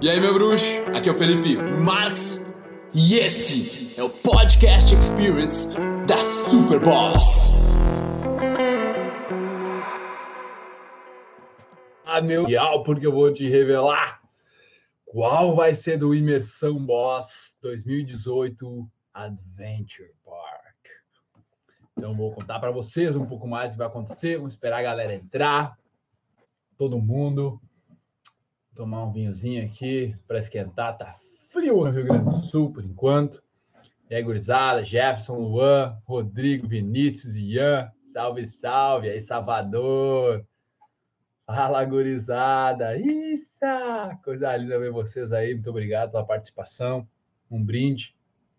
E aí, meu bruxo? Aqui é o Felipe Marques e esse é o Podcast Experience da Superboss. Meu ideal, porque eu vou te revelar qual vai ser do Imersão Boss 2018 Adventure Park. Então vou contar para vocês um pouco mais o que vai acontecer. Vamos esperar a galera entrar, todo mundo. Tomar um vinhozinho aqui para esquentar. Tá frio no Rio Grande do Sul por enquanto. E aí, gurizada, Jefferson, Luan, Rodrigo, Vinícius, Ian, salve, salve. E aí, Salvador. Fala, gurizada! Isso! Coisa linda ver vocês aí. Muito obrigado pela participação. Um brinde.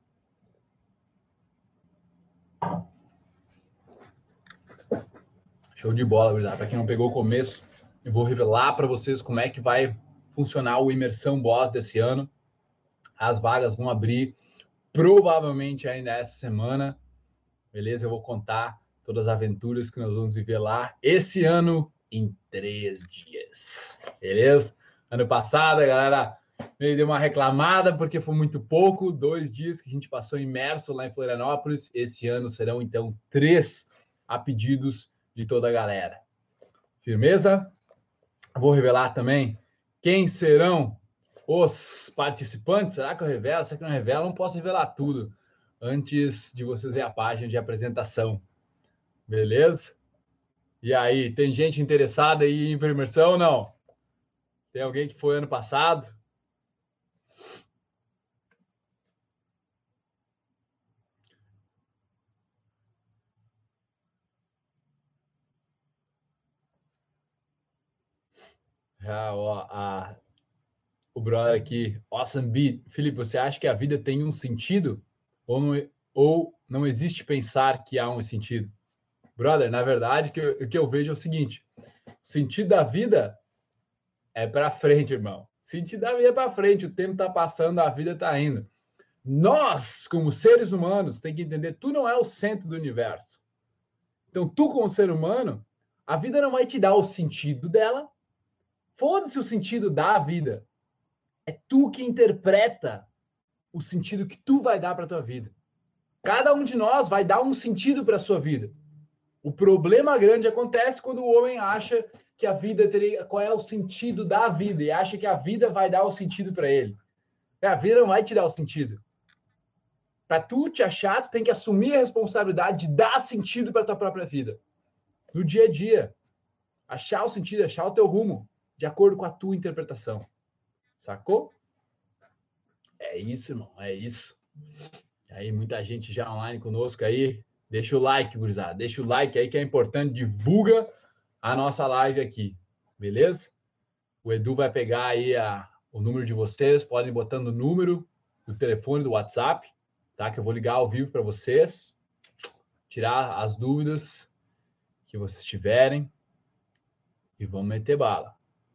Show de bola, gurizada. Para quem não pegou o começo, eu vou revelar para vocês como é que vai funcionar o Imersão Boss desse ano. As vagas vão abrir provavelmente ainda essa semana. Beleza? Eu vou contar todas as aventuras que nós vamos viver lá esse ano em 3 dias. Beleza? Ano passado, a galera meio deu uma reclamada porque foi muito pouco, 2 dias que a gente passou imerso lá em Florianópolis. Esse ano serão, então, 3 a pedidos de toda a galera. Firmeza? Vou revelar também quem serão os participantes. Será que eu revelo? Será que eu não revelo? Não posso revelar tudo antes de vocês verem a página de apresentação. Beleza? E aí, tem gente interessada em ir para imersão ou não? Tem alguém que foi ano passado? O brother aqui, Awesome Beat. Felipe, você acha que a vida tem um sentido? Ou não existe pensar que há um sentido? Brother, na verdade, o que eu vejo é o seguinte: o sentido da vida é para frente, irmão. O sentido da vida é para frente. O tempo está passando, a vida está indo. Nós, como seres humanos, tem que entender, tu não é o centro do universo. Então, tu, como ser humano, a vida não vai te dar o sentido dela. Foda-se o sentido da vida. É tu que interpreta o sentido que tu vai dar para tua vida. Cada um de nós vai dar um sentido para a sua vida. O problema grande acontece quando o homem acha que a vida teria... Qual é o sentido da vida? E acha que a vida vai dar o sentido para ele. A vida não vai te dar o sentido. Para tu te achar, tu tem que assumir a responsabilidade de dar sentido para tua própria vida. No dia a dia. Achar o sentido, achar o teu rumo, de acordo com a tua interpretação. Sacou? É isso, irmão, é isso. Aí, muita gente já online conosco aí. Deixa o like, gurizada. Deixa o like aí que é importante. Divulga a nossa live aqui. Beleza? O Edu vai pegar aí o número de vocês. Podem ir botando o número do telefone, do WhatsApp, tá? Que eu vou ligar ao vivo para vocês. Tirar as dúvidas que vocês tiverem. E vamos meter bala.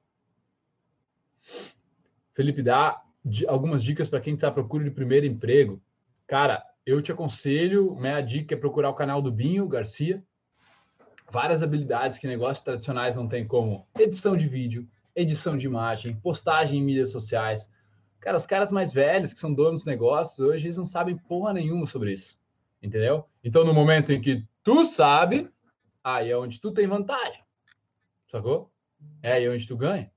Felipe, dá algumas dicas para quem está à procura de primeiro emprego. Cara, eu te aconselho, minha dica é procurar o canal do Binho Garcia. Várias habilidades que negócios tradicionais não têm, como edição de vídeo, edição de imagem, postagem em mídias sociais. Cara, os caras mais velhos, que são donos dos negócios, hoje eles não sabem porra nenhuma sobre isso. Entendeu? Então, no momento em que tu sabe, aí é onde tu tem vantagem. Sacou? É aí onde tu ganha.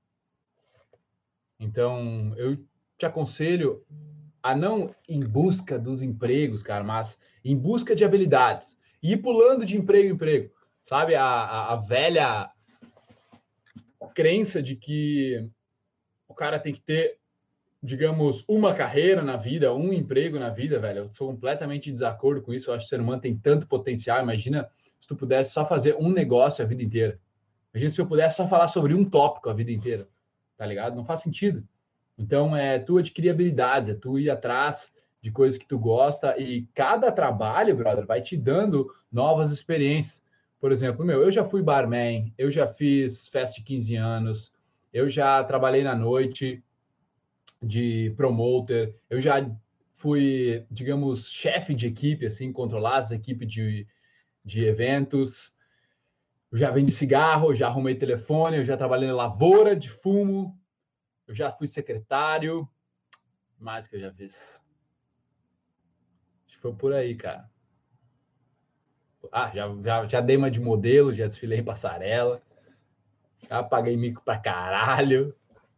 Então, eu te aconselho a não ir em busca dos empregos, cara, mas em busca de habilidades. E ir pulando de emprego em emprego. Sabe, a velha crença de que o cara tem que ter, digamos, uma carreira na vida, um emprego na vida, velho. Eu sou completamente em desacordo com isso. Eu acho que o ser humano tem tanto potencial. Imagina se tu pudesse só fazer um negócio a vida inteira. Imagina se eu pudesse só falar sobre um tópico a vida inteira. Tá ligado? Não faz sentido. Então, é tu adquirir habilidades, é tu ir atrás de coisas que tu gosta, e cada trabalho, brother, vai te dando novas experiências. Por exemplo, eu já fui barman, eu já fiz festa de 15 anos, eu já trabalhei na noite de promoter, eu já fui, digamos, chefe de equipe, assim, controlar as equipes de eventos. Eu já vendi cigarro, eu já arrumei telefone, eu já trabalhei na lavoura de fumo. Eu já fui secretário. Mais que eu já fiz. Acho que foi por aí, cara. Ah, já dei uma de modelo, já desfilei em passarela. Já paguei mico pra caralho.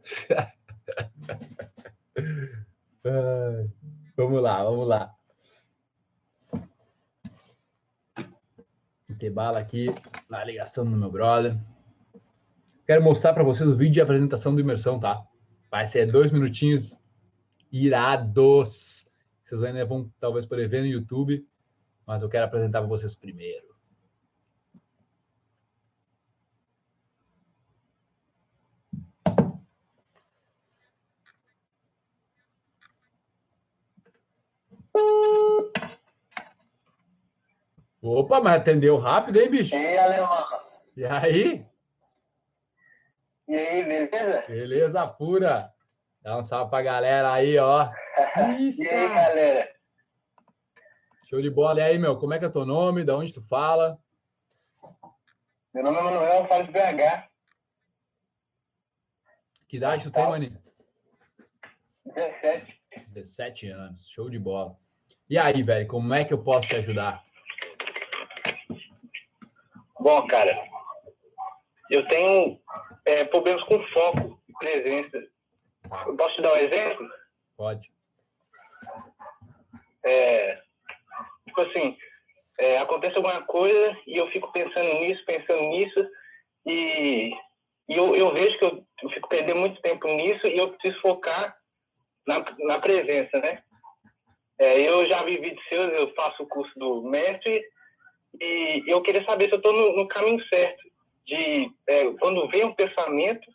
Vamos lá. Tem bala aqui na ligação do meu brother. Quero mostrar para vocês o vídeo de apresentação do Imersão, tá? Vai ser 2 minutinhos irados. Vocês ainda vão talvez poder ver no YouTube, mas eu quero apresentar para vocês primeiro. Opa, mas atendeu rápido, hein, bicho? E aí, alemão? E aí? E aí, beleza? Beleza pura. Dá um salve pra galera aí, ó. Isso. E aí, galera? Show de bola. E aí, meu, como é que é teu nome? Da onde tu fala? Meu nome é Manuel, eu falo de BH. Que idade tu tem, maninho? 17. 17 anos. Show de bola. E aí, velho, como é que eu posso te ajudar? Bom, cara, eu tenho problemas com foco e presença. Eu posso te dar um exemplo? Pode. Tipo assim, acontece alguma coisa e eu fico pensando nisso, e eu vejo que eu fico perdendo muito tempo nisso e eu preciso focar na presença, né? Eu já vi vídeos seus, eu faço o curso do mestre e eu queria saber se eu estou no caminho certo de quando vem um pensamento,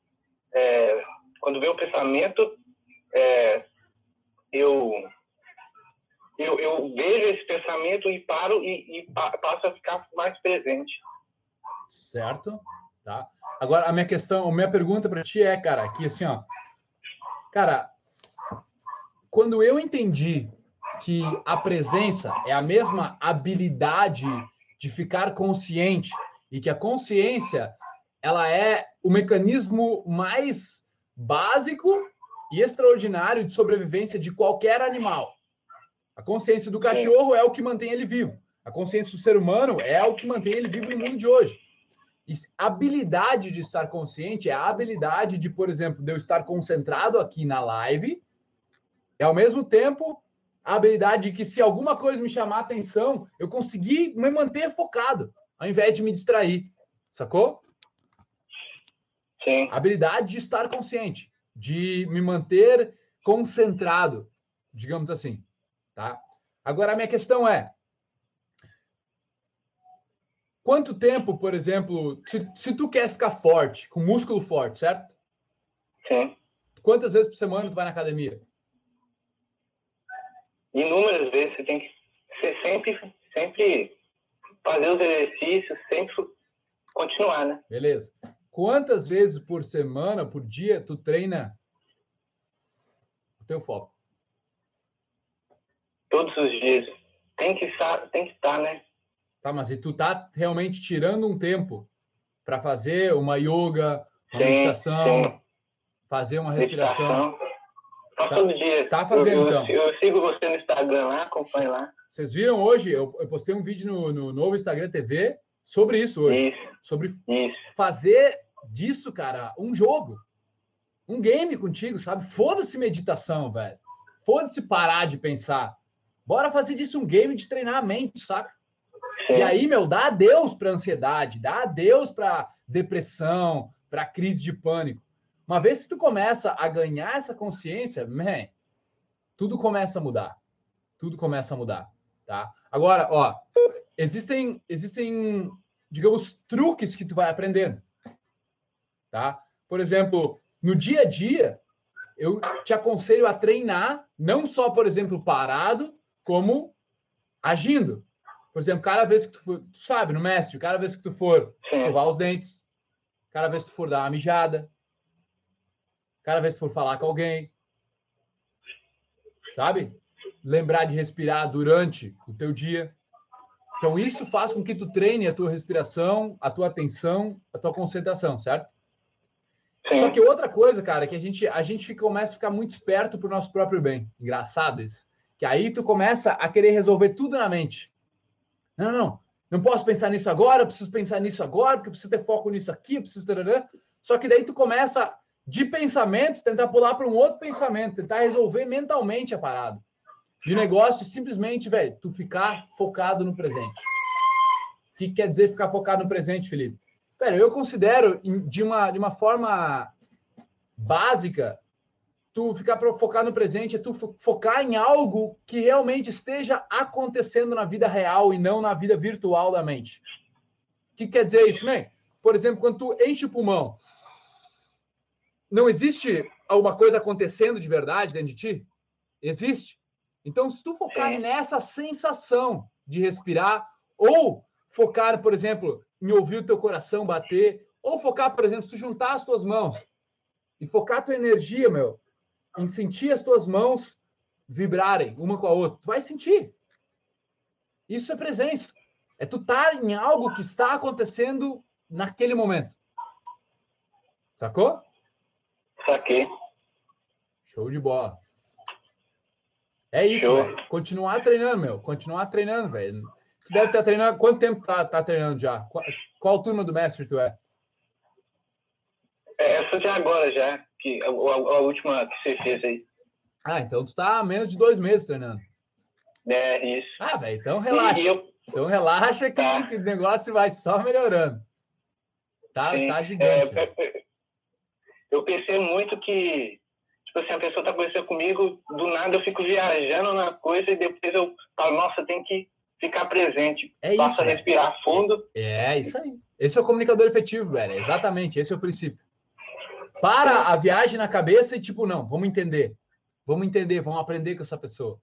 eu vejo esse pensamento e paro e passo a ficar mais presente. Certo? Tá. Agora, a minha pergunta para ti é, cara, aqui assim, ó. Cara, quando eu entendi que a presença é a mesma habilidade de ficar consciente e que a consciência, ela é o mecanismo mais básico e extraordinário de sobrevivência de qualquer animal. A consciência do cachorro é o que mantém ele vivo. A consciência do ser humano é o que mantém ele vivo no mundo de hoje. E a habilidade de estar consciente é a habilidade de, por exemplo, de eu estar concentrado aqui na live e, ao mesmo tempo, a habilidade de que, se alguma coisa me chamar a atenção, eu conseguir me manter focado, ao invés de me distrair. Sacou? Sim. A habilidade de estar consciente, de me manter concentrado, digamos assim. Tá? Agora, a minha questão é, quanto tempo, por exemplo, se tu quer ficar forte, com músculo forte, certo? Sim. Quantas vezes por semana tu vai na academia? Inúmeras vezes. Você tem que sempre fazer os exercícios, sempre continuar, né? Beleza. Quantas vezes por semana, por dia, tu treina o teu foco? Todos os dias. Tem que estar, né? Tá, mas e tu tá realmente tirando um tempo para fazer uma yoga, uma meditação, fazer uma respiração? Faço todo dia. Tá fazendo, então. Eu sigo você no Instagram lá, acompanho lá. Vocês viram hoje? Eu postei um vídeo no novo Instagram TV sobre isso hoje. Sobre fazer disso, cara, um jogo. Um game contigo, sabe? Foda-se meditação, velho. Foda-se parar de pensar. Bora fazer disso um game de treinar a mente, saca? Sim. E aí, meu, dá adeus pra ansiedade, dá adeus pra depressão, pra crise de pânico. Uma vez que tu começa a ganhar essa consciência, man, tudo começa a mudar. Tudo começa a mudar, tá? Agora, ó, existem, digamos, truques que tu vai aprendendo, tá? Por exemplo, no dia a dia, eu te aconselho a treinar, não só, por exemplo, parado, como agindo. Por exemplo, cada vez que tu for, tu sabe, no mestre, cada vez que tu for escovar os dentes, cada vez que tu for dar uma mijada, cada vez que tu for falar com alguém, sabe? Lembrar de respirar durante o teu dia. Então, isso faz com que tu treine a tua respiração, a tua atenção, a tua concentração, certo? Sim. Só que outra coisa, cara, que a gente começa a ficar muito esperto pro nosso próprio bem. Engraçado isso. Que aí tu começa a querer resolver tudo na mente. Não posso pensar nisso agora, eu preciso pensar nisso agora, porque eu preciso ter foco nisso aqui, eu preciso... Só que daí tu começa, de pensamento, tentar pular para um outro pensamento, tentar resolver mentalmente a parada. E o negócio é simplesmente, velho, tu ficar focado no presente. O que quer dizer ficar focado no presente, Felipe? Velho, eu considero, de uma forma básica, tu ficar focado no presente é tu focar em algo que realmente esteja acontecendo na vida real e não na vida virtual da mente. O que quer dizer isso, man? Por exemplo, quando tu enche o pulmão, não existe alguma coisa acontecendo de verdade dentro de ti? Existe. Então, se tu focar nessa sensação de respirar, ou focar, por exemplo, em ouvir o teu coração bater, ou focar, por exemplo, se tu juntar as tuas mãos e focar a tua energia, meu, em sentir as tuas mãos vibrarem uma com a outra, tu vai sentir. Isso é presença. É tu estar em algo que está acontecendo naquele momento. Sacou? Saquei. Show de bola. É isso, velho. Continuar treinando, meu. Continuar treinando, velho. Tu deve estar treinando... Quanto tempo tá treinando já? Qual turma do mestre tu é? Essa já agora, já. Que a última que você fez aí. Ah, então tu tá há menos de 2 meses treinando. É, isso. Ah, velho, então relaxa. Então relaxa que o negócio vai só melhorando. Tá gigante. Eu pensei muito que, tipo assim, a pessoa tá conversando comigo, do nada eu fico viajando na coisa e depois eu falo, nossa, tem que ficar presente. Passo a respirar fundo. É isso aí. Esse é o comunicador efetivo, velho. Exatamente, esse é o princípio. Para a viagem na cabeça e tipo, não, vamos entender. Vamos aprender com essa pessoa.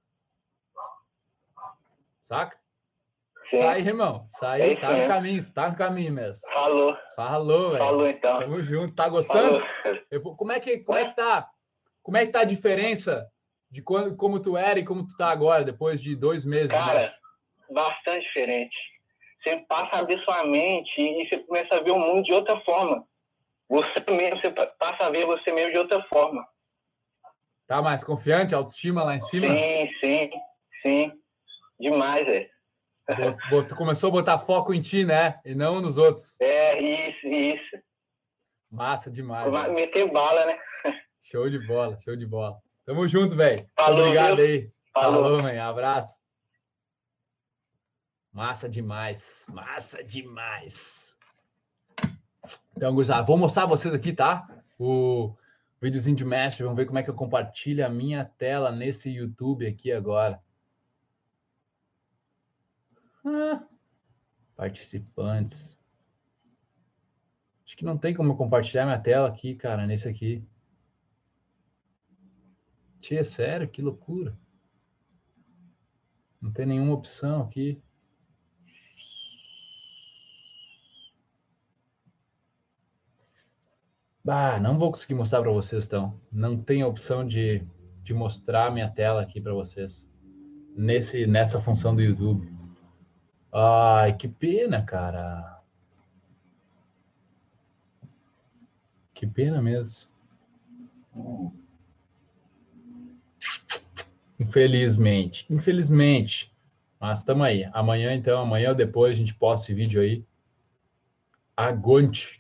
Saca? Sim. Sai, irmão. Sai, tá no caminho mesmo. Falou, velho. Falou, então. Tamo junto. Tá gostando? Como é que tá a diferença de como tu era e como tu tá agora, depois de 2 meses? Cara, bastante diferente. Você passa a ver sua mente e você começa a ver o mundo de outra forma. Você passa a ver você mesmo de outra forma. Tá mais confiante? Autoestima lá em cima? Sim. Demais, velho. Tu começou a botar foco em ti, né? E não nos outros. Isso. Massa demais. Meter bala, né? Show de bola. Tamo junto, velho. Obrigado aí. Falou, man. Abraço. Massa demais. Então, gurizada, vou mostrar a vocês aqui, tá? O videozinho de mestre. Vamos ver como é que eu compartilho a minha tela nesse YouTube aqui agora. Participantes. Acho que não tem como eu compartilhar minha tela aqui, cara, nesse aqui. Tia, sério? Que loucura. Não tem nenhuma opção aqui. Não vou conseguir mostrar para vocês, então. Não tem a opção de mostrar minha tela aqui para vocês. Nessa função do YouTube. Ai, que pena, cara. Que pena mesmo. Infelizmente. Mas estamos aí. Amanhã ou depois, a gente posta esse vídeo aí. Aguante.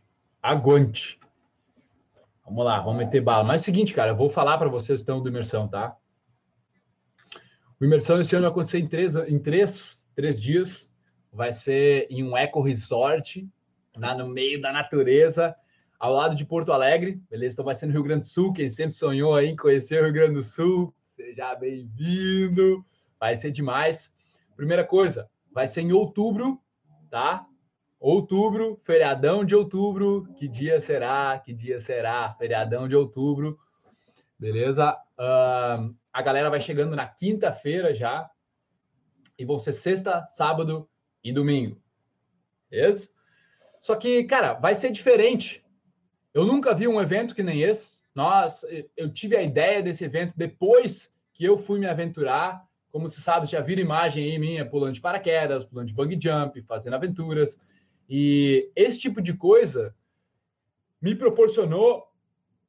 Vamos lá, vamos meter bala. Mas é o seguinte, cara, eu vou falar para vocês então do Imersão, tá? O Imersão esse ano vai acontecer em três dias. Vai ser em um eco resort, no meio da natureza, ao lado de Porto Alegre, beleza? Então vai ser no Rio Grande do Sul. Quem sempre sonhou aí em conhecer o Rio Grande do Sul, seja bem-vindo. Vai ser demais. Primeira coisa, vai ser em outubro, tá? Outubro, feriadão de outubro. Que dia será? Feriadão de outubro. Beleza? A galera vai chegando na quinta-feira já. E vão ser sexta, sábado e domingo. Beleza? Só que, cara, vai ser diferente. Eu nunca vi um evento que nem esse. Eu tive a ideia desse evento depois que eu fui me aventurar. Como você sabe, já viram imagem aí minha pulando de paraquedas, pulando de bungee jump, fazendo aventuras. E esse tipo de coisa me proporcionou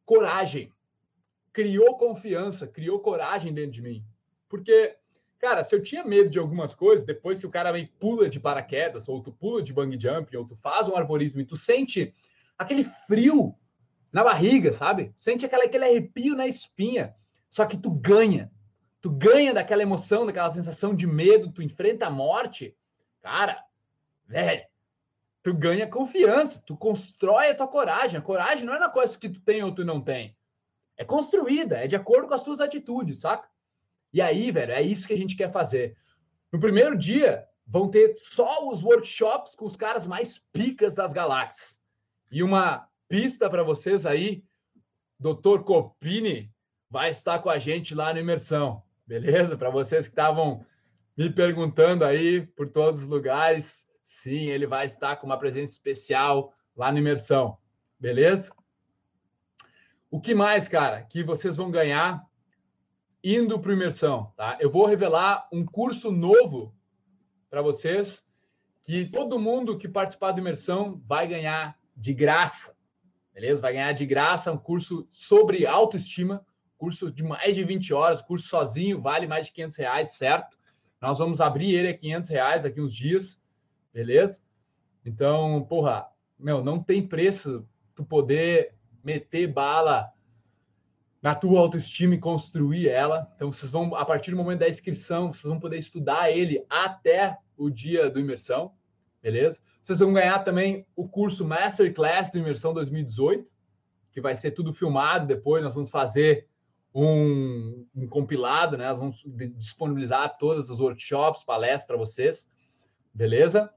coragem. Criou confiança, criou coragem dentro de mim. Porque, cara, se eu tinha medo de algumas coisas, depois que o cara meio pula de paraquedas, ou tu pula de bungee jump, ou tu faz um arvorismo e tu sente aquele frio na barriga, sabe? Sente aquele arrepio na espinha. Só que tu ganha. Tu ganha daquela emoção, daquela sensação de medo, tu enfrenta a morte. Cara, velho, tu ganha confiança, tu constrói a tua coragem. A coragem não é na coisa que tu tem ou tu não tem. É construída, é de acordo com as tuas atitudes, saca? E aí, velho, é isso que a gente quer fazer. No primeiro dia, vão ter só os workshops com os caras mais picas das galáxias. E uma pista para vocês aí, Dr. Copini vai estar com a gente lá no Imersão, beleza? Para vocês que estavam me perguntando aí por todos os lugares, sim, ele vai estar com uma presença especial lá no Imersão, beleza? O que mais, cara, que vocês vão ganhar indo para o Imersão, tá? Eu vou revelar um curso novo para vocês que todo mundo que participar do Imersão vai ganhar de graça, beleza? Vai ganhar de graça um curso sobre autoestima, curso de mais de 20 horas, curso sozinho, vale mais de R$500, certo? Nós vamos abrir ele a R$500 daqui uns dias, beleza? Então, porra, meu, não tem preço tu poder meter bala na tua autoestima e construir ela. Então, vocês vão, a partir do momento da inscrição, vocês vão poder estudar ele até o dia do Imersão, beleza? Vocês vão ganhar também o curso Masterclass do Imersão 2018, que vai ser tudo filmado depois, nós vamos fazer um compilado, né? Nós vamos disponibilizar todos os workshops, palestras para vocês, beleza?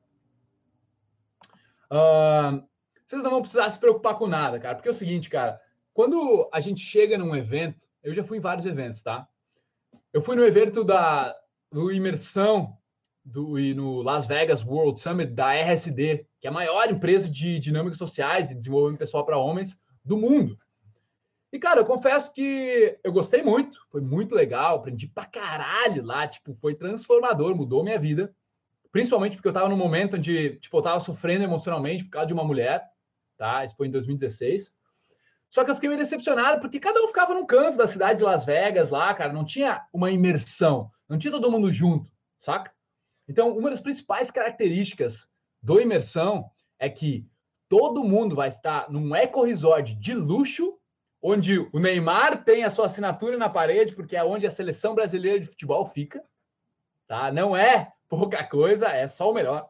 Vocês não vão precisar se preocupar com nada, cara, porque é o seguinte, cara, quando a gente chega num evento, eu já fui em vários eventos, tá? Eu fui no evento do Imersão e no Las Vegas World Summit da RSD, que é a maior empresa de dinâmicas sociais e desenvolvimento pessoal para homens do mundo. E, cara, eu confesso que eu gostei muito, foi muito legal, aprendi pra caralho lá, tipo, foi transformador, mudou minha vida, principalmente porque eu tava num momento onde, tipo, eu tava sofrendo emocionalmente por causa de uma mulher, tá? Isso foi em 2016. Só que eu fiquei meio decepcionado, porque cada um ficava num canto da cidade de Las Vegas lá, cara, não tinha uma imersão, não tinha todo mundo junto, saca? Então, uma das principais características do Imersão é que todo mundo vai estar num eco-resort de luxo, onde o Neymar tem a sua assinatura na parede, porque é onde a seleção brasileira de futebol fica, tá? Não é pouca coisa, é só o melhor.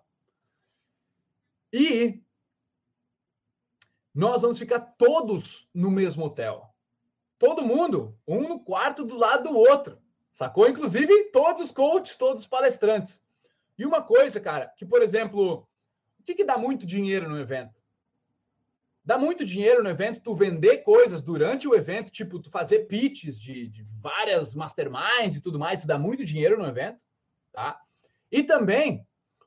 E nós vamos ficar todos no mesmo hotel. Todo mundo, um no quarto do lado do outro, sacou? Inclusive todos os coaches, todos os palestrantes. E uma coisa, cara, que, por exemplo, o que dá muito dinheiro no evento? Dá muito dinheiro no evento tu vender coisas durante o evento, tipo, tu fazer pitches de várias masterminds e tudo mais, isso dá muito dinheiro no evento, tá? E também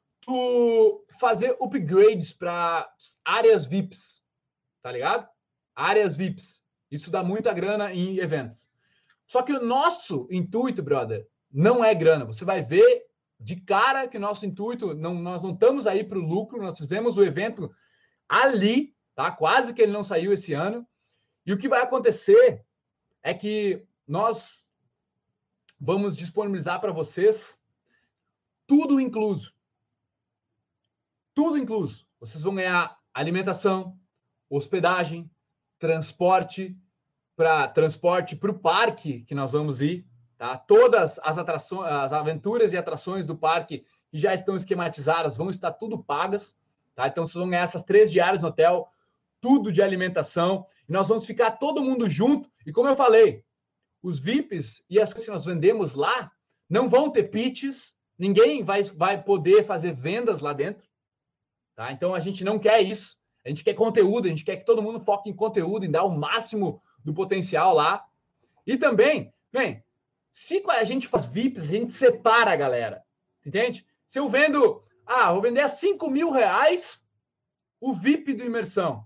tu fazer upgrades para áreas VIPs, tá ligado? Áreas VIPs. Isso dá muita grana em eventos. Só que o nosso intuito, brother, não é grana. Você vai ver de cara que o nosso intuito, nós não estamos aí para o lucro, nós fizemos o evento ali, tá? Quase que ele não saiu esse ano. E o que vai acontecer é que nós vamos disponibilizar para vocês tudo incluso. Tudo incluso. Vocês vão ganhar alimentação, hospedagem, transporte para o parque que nós vamos ir, tá? Todas as atrações, as aventuras e atrações do parque que já estão esquematizadas vão estar tudo pagas, tá? Então vocês vão ganhar essas 3 diárias no hotel, tudo de alimentação, e nós vamos ficar todo mundo junto. E como eu falei, os VIPs e as coisas que nós vendemos lá não vão ter pitches, ninguém vai poder fazer vendas lá dentro, tá? Então a gente não quer isso. A gente quer conteúdo, a gente quer que todo mundo foque em conteúdo, em dar o máximo do potencial lá. E também, bem, se a gente faz VIPs, a gente separa a galera, entende? Se eu vendo, vou vender a R$5.000 o VIP do Imersão.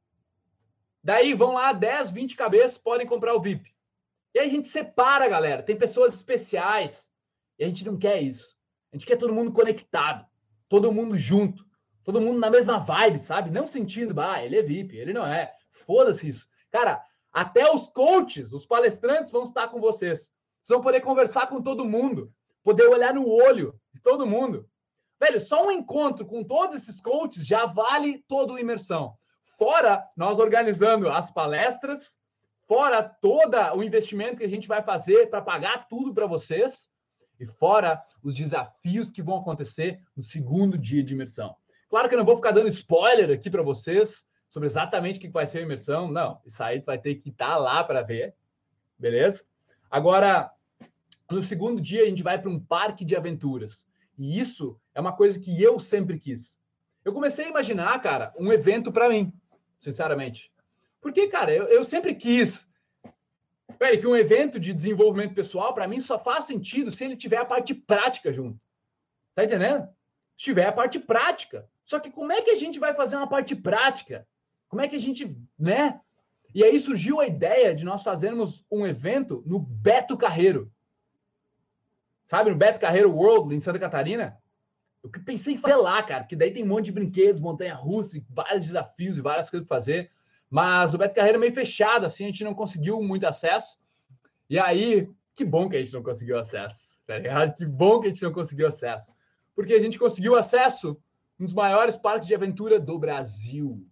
Daí vão lá 10, 20 cabeças, podem comprar o VIP. E aí a gente separa a galera, tem pessoas especiais. E a gente não quer isso. A gente quer todo mundo conectado, todo mundo junto. Todo mundo na mesma vibe, sabe? Não sentindo, ele é VIP, ele não é. Foda-se isso. Cara, Até os coaches, os palestrantes vão estar com vocês. Vocês vão poder conversar com todo mundo, poder olhar no olho de todo mundo. Velho, só um encontro com todos esses coaches já vale toda a imersão. Fora nós organizando as palestras, fora todo o investimento que a gente vai fazer para pagar tudo para vocês, e fora os desafios que vão acontecer no segundo dia de imersão. Claro que eu não vou ficar dando spoiler aqui para vocês sobre exatamente o que vai ser a imersão. Não, isso aí vai ter que estar lá para ver, beleza? Agora, no segundo dia, a gente vai para um parque de aventuras. E isso é uma coisa que eu sempre quis. Eu comecei a imaginar, cara, um evento para mim, sinceramente. Porque, cara, eu sempre quis que um evento de desenvolvimento pessoal, para mim, só faz sentido se ele tiver a parte prática junto. Tá entendendo? Se tiver a parte prática. Só que como é que a gente vai fazer uma parte prática? Como é que a gente, né? E aí surgiu a ideia de nós fazermos um evento no Beto Carreiro. Sabe, no Beto Carreiro World, em Santa Catarina? Eu pensei em fazer lá, cara, porque daí tem um monte de brinquedos, montanha-russa, vários desafios e várias coisas para fazer. Mas o Beto Carreiro é meio fechado, assim, a gente não conseguiu muito acesso. E aí, que bom que a gente não conseguiu acesso, tá ligado? Que bom que a gente não conseguiu acesso. Porque a gente conseguiu acesso nos maiores parques de aventura do Brasil.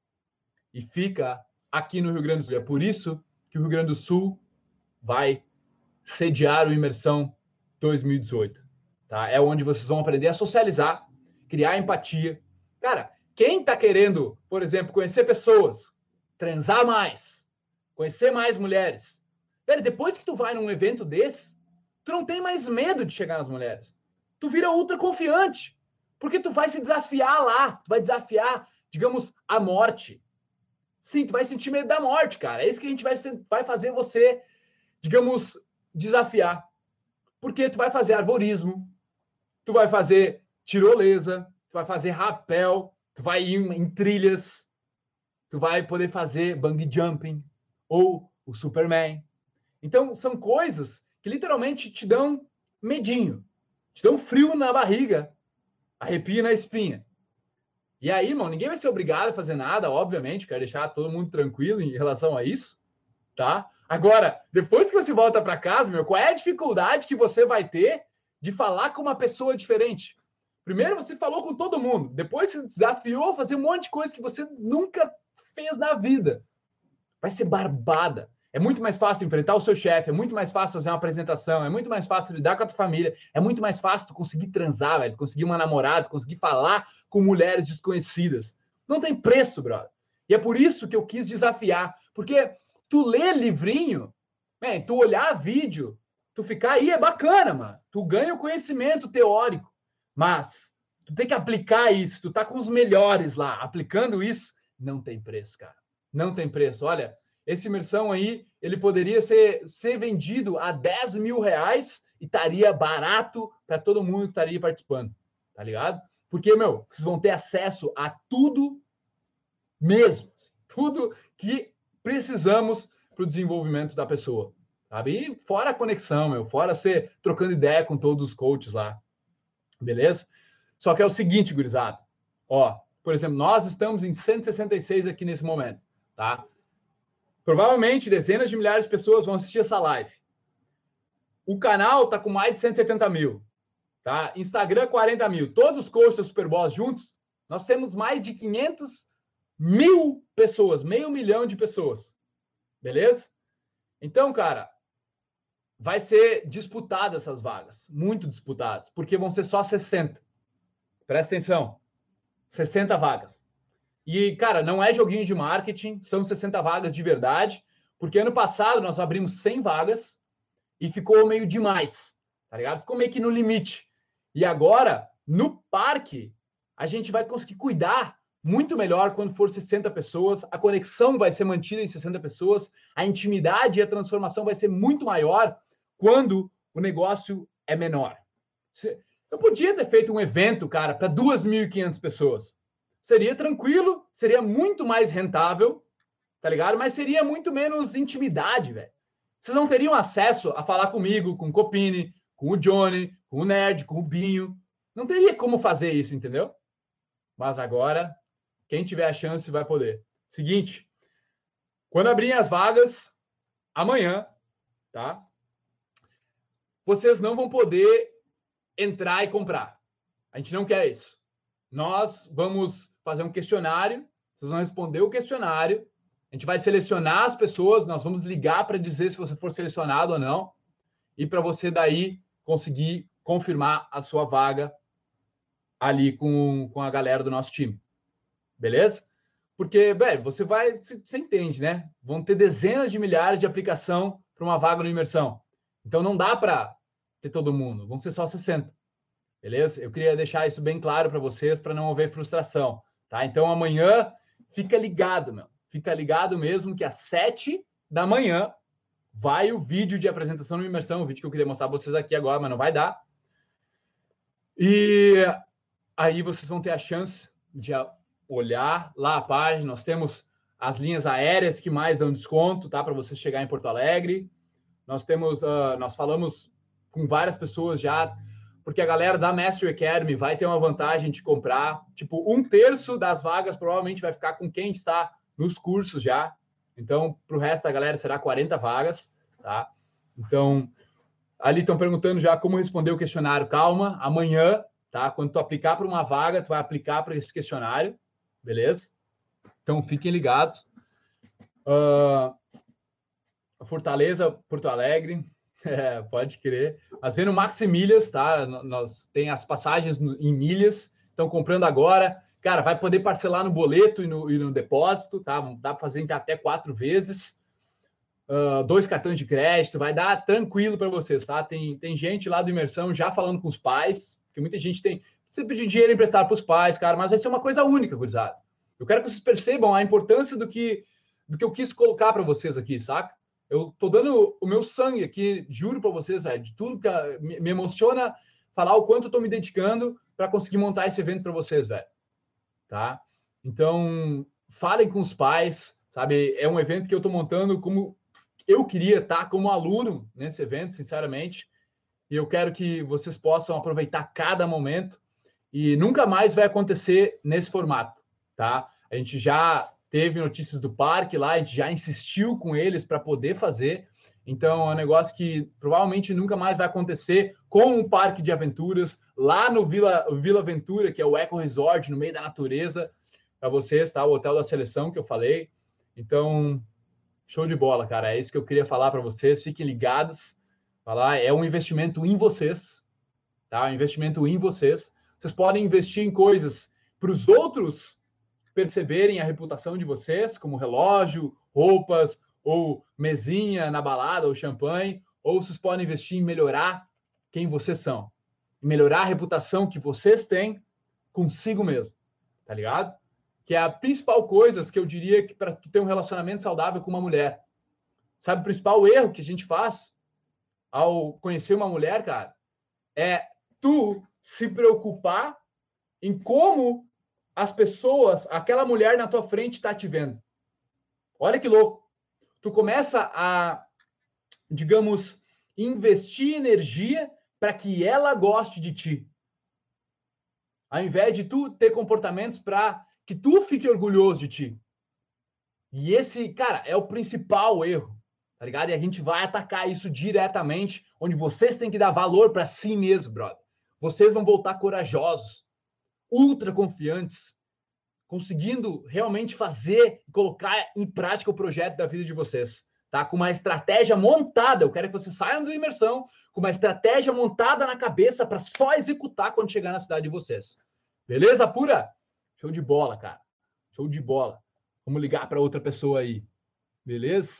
E fica aqui no Rio Grande do Sul. É por isso que o Rio Grande do Sul vai sediar o Imersão 2018. Tá? É onde vocês vão aprender a socializar, criar empatia. Cara, quem tá querendo, por exemplo, conhecer pessoas, transar mais, conhecer mais mulheres, velho, depois que tu vai num evento desse, tu não tem mais medo de chegar nas mulheres. Tu vira ultra confiante, porque tu vai se desafiar lá, tu vai desafiar, digamos, a morte. Sim, tu vai sentir medo da morte, cara. É isso que a gente vai fazer você, digamos, desafiar. Porque tu vai fazer arvorismo, tu vai fazer tirolesa, tu vai fazer rapel, tu vai ir em trilhas, tu vai poder fazer bungee jumping ou o Superman. Então, são coisas que literalmente te dão medinho, te dão frio na barriga, arrepio na espinha. E aí, irmão, ninguém vai ser obrigado a fazer nada, obviamente, quero deixar todo mundo tranquilo em relação a isso, tá? Agora, depois que você volta para casa, meu, qual é a dificuldade que você vai ter de falar com uma pessoa diferente? Primeiro você falou com todo mundo, depois você desafiou a fazer um monte de coisa que você nunca fez na vida. Vai ser barbada. É muito mais fácil enfrentar o seu chefe, é muito mais fácil fazer uma apresentação, é muito mais fácil lidar com a tua família, é muito mais fácil tu conseguir transar, velho, conseguir uma namorada, conseguir falar com mulheres desconhecidas. Não tem preço, brother. E é por isso que eu quis desafiar, porque tu lê livrinho, tu olhar vídeo, tu ficar aí é bacana, mano. Tu ganha o conhecimento teórico, mas tu tem que aplicar isso, tu tá com os melhores lá, aplicando isso, não tem preço, cara. Não tem preço. Olha, esse imersão aí, ele poderia ser vendido a 10 mil reais e estaria barato para todo mundo que estaria participando, tá ligado? Porque, meu, vocês vão ter acesso a tudo mesmo, tudo que precisamos para o desenvolvimento da pessoa, sabe? E fora a conexão, meu, fora você trocando ideia com todos os coaches lá, beleza? Só que é o seguinte, gurizada, ó, por exemplo, nós estamos em 166 aqui nesse momento, tá? Provavelmente dezenas de milhares de pessoas vão assistir essa live. O canal tá com mais de 170 mil, tá? Instagram 40 mil. Todos os coaches da Superboss juntos, nós temos mais de 500 mil pessoas, 500 mil de pessoas. Beleza? Então, cara, vai ser disputadas essas vagas, muito disputadas, porque vão ser só 60. Presta atenção. 60 vagas. E, cara, não é joguinho de marketing, são 60 vagas de verdade, porque ano passado nós abrimos 100 vagas e ficou meio demais, tá ligado? Ficou meio que no limite. E agora, no parque, a gente vai conseguir cuidar muito melhor quando for 60 pessoas, a conexão vai ser mantida em 60 pessoas, a intimidade e a transformação vai ser muito maior quando o negócio é menor. Eu podia ter feito um evento, cara, para 2.500 pessoas. Seria tranquilo, seria muito mais rentável, tá ligado? Mas seria muito menos intimidade, velho. Vocês não teriam acesso a falar comigo, com o Copini, com o Johnny, com o Nerd, com o Binho. Não teria como fazer isso, entendeu? Mas agora, quem tiver a chance vai poder. Seguinte, Quando abrirem as vagas, amanhã, tá? Vocês não vão poder entrar e comprar. A gente não quer isso. Nós vamos fazer um questionário, vocês vão responder o questionário, a gente vai selecionar as pessoas, nós vamos ligar para dizer se você for selecionado ou não, e para você daí conseguir confirmar a sua vaga ali com a galera do nosso time. Beleza? Porque, velho, você entende, né? Vão ter dezenas de milhares de aplicação para uma vaga no Imersão. Então não dá para ter todo mundo, vão ser só 60. Beleza? Eu queria deixar isso bem claro para vocês, para não haver frustração, tá? Então amanhã, fica ligado, meu. Fica ligado mesmo que às 7 da manhã vai o vídeo de apresentação no Imersão, o vídeo que eu queria mostrar para vocês aqui agora, mas não vai dar. E aí vocês vão ter a chance de olhar lá a página. Nós temos as linhas aéreas que mais dão desconto, tá? Para você chegar em Porto Alegre. Nós temos, nós falamos com várias pessoas já, porque a galera da Mastery Academy vai ter uma vantagem de comprar. Tipo, 1/3 das vagas provavelmente vai ficar com quem está nos cursos já. Então, para o resto da galera será 40 vagas, tá? Então, ali estão perguntando já como responder o questionário. Calma, amanhã, tá? Quando tu aplicar para uma vaga, tu vai aplicar para esse questionário, beleza? Então, fiquem ligados. Fortaleza, Porto Alegre, pode crer. Mas vendo Maximilhas, tá? Nós tem as passagens em milhas, estão comprando agora. Cara, vai poder parcelar no boleto e no depósito, tá? Dá para fazer até 4 vezes. 2 cartões de crédito, vai dar tranquilo para vocês, tá? Tem gente lá do Imersão já falando com os pais, porque muita gente tem sempre de dinheiro emprestado para os pais, cara, mas vai ser uma coisa única, gurizada. Eu quero que vocês percebam a importância do que eu quis colocar para vocês aqui, saca? Eu tô dando o meu sangue aqui, juro para vocês, de tudo que me emociona falar o quanto eu tô me dedicando para conseguir montar esse evento para vocês, velho. Tá? Então, falem com os pais, sabe? É um evento que eu tô montando como eu queria estar como aluno nesse evento, sinceramente. E eu quero que vocês possam aproveitar cada momento e nunca mais vai acontecer nesse formato, tá? A gente já teve notícias do parque lá, a gente já insistiu com eles para poder fazer. Então, é um negócio que provavelmente nunca mais vai acontecer com um parque de aventuras lá no Vila Aventura, que é o Eco Resort, no meio da natureza, para vocês, tá? O Hotel da Seleção que eu falei. Então, show de bola, cara. É isso que eu queria falar para vocês. Fiquem ligados. Falar, é um investimento em vocês, tá? Um investimento em vocês. Vocês podem investir em coisas para os outros perceberem a reputação de vocês, como relógio, roupas, ou mesinha na balada, ou champanhe, ou vocês podem investir em melhorar quem vocês são. Melhorar a reputação que vocês têm consigo mesmo, tá ligado? Que é a principal coisa que eu diria que para ter um relacionamento saudável com uma mulher. Sabe o principal erro que a gente faz ao conhecer uma mulher, cara? É tu se preocupar em como as pessoas, aquela mulher na tua frente está te vendo. Olha que louco. Tu começa a, digamos, investir energia para que ela goste de ti. Ao invés de tu ter comportamentos para que tu fique orgulhoso de ti. E esse, cara, é o principal erro, tá ligado? E a gente vai atacar isso diretamente, onde vocês têm que dar valor para si mesmo, brother. Vocês vão voltar corajosos, ultra confiantes, conseguindo realmente fazer e colocar em prática o projeto da vida de vocês, tá? Com uma estratégia montada. Eu quero que vocês saiam da imersão com uma estratégia montada na cabeça para só executar quando chegar na cidade de vocês. Beleza, pura? Show de bola, cara. Show de bola. Vamos ligar para outra pessoa aí. Beleza?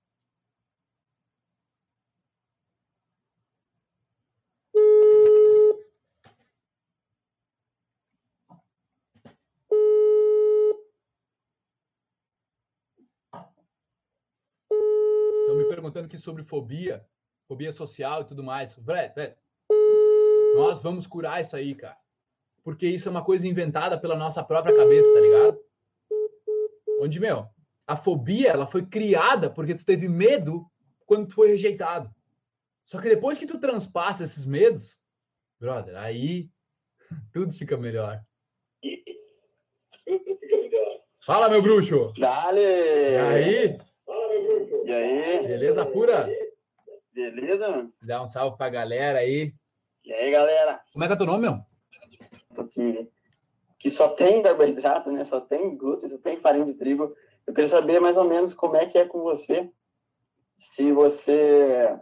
Estão me perguntando aqui sobre fobia social e tudo mais. Velho, nós vamos curar isso aí, cara. Porque isso é uma coisa inventada pela nossa própria cabeça, tá ligado? Onde, meu, a fobia, ela foi criada porque tu teve medo quando tu foi rejeitado. Só que depois que tu transpassa esses medos, brother, aí tudo fica melhor. Fala, meu bruxo! Dale! E aí? Beleza pura? Beleza, mano? Dá um salve pra galera aí. E aí, galera? Como é que é teu nome, meu? Que só tem carboidrato, né? Só tem glúten, só tem farinha de trigo. Eu queria saber mais ou menos como é que é com você. Se você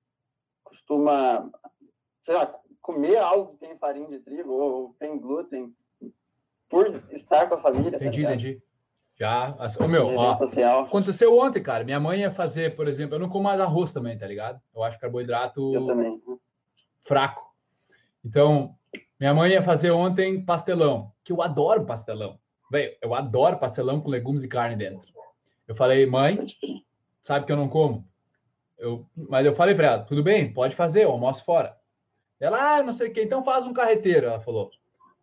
costuma, sei lá, comer algo que tem farinha de trigo ou tem glúten por estar com a família. Entendi. Já. Ó, social. aconteceu ontem, cara. Minha mãe ia fazer, por exemplo, eu não como mais arroz também, tá ligado? Eu acho carboidrato Eu também. fraco. Então, minha mãe ia fazer ontem pastelão, que eu adoro pastelão. Velho, eu adoro pastelão com legumes e carne dentro. Eu falei, mãe, sabe que eu não como? Mas eu falei para ela, tudo bem, pode fazer, eu almoço fora. Ela, não sei o que, então faz um carreteiro, ela falou.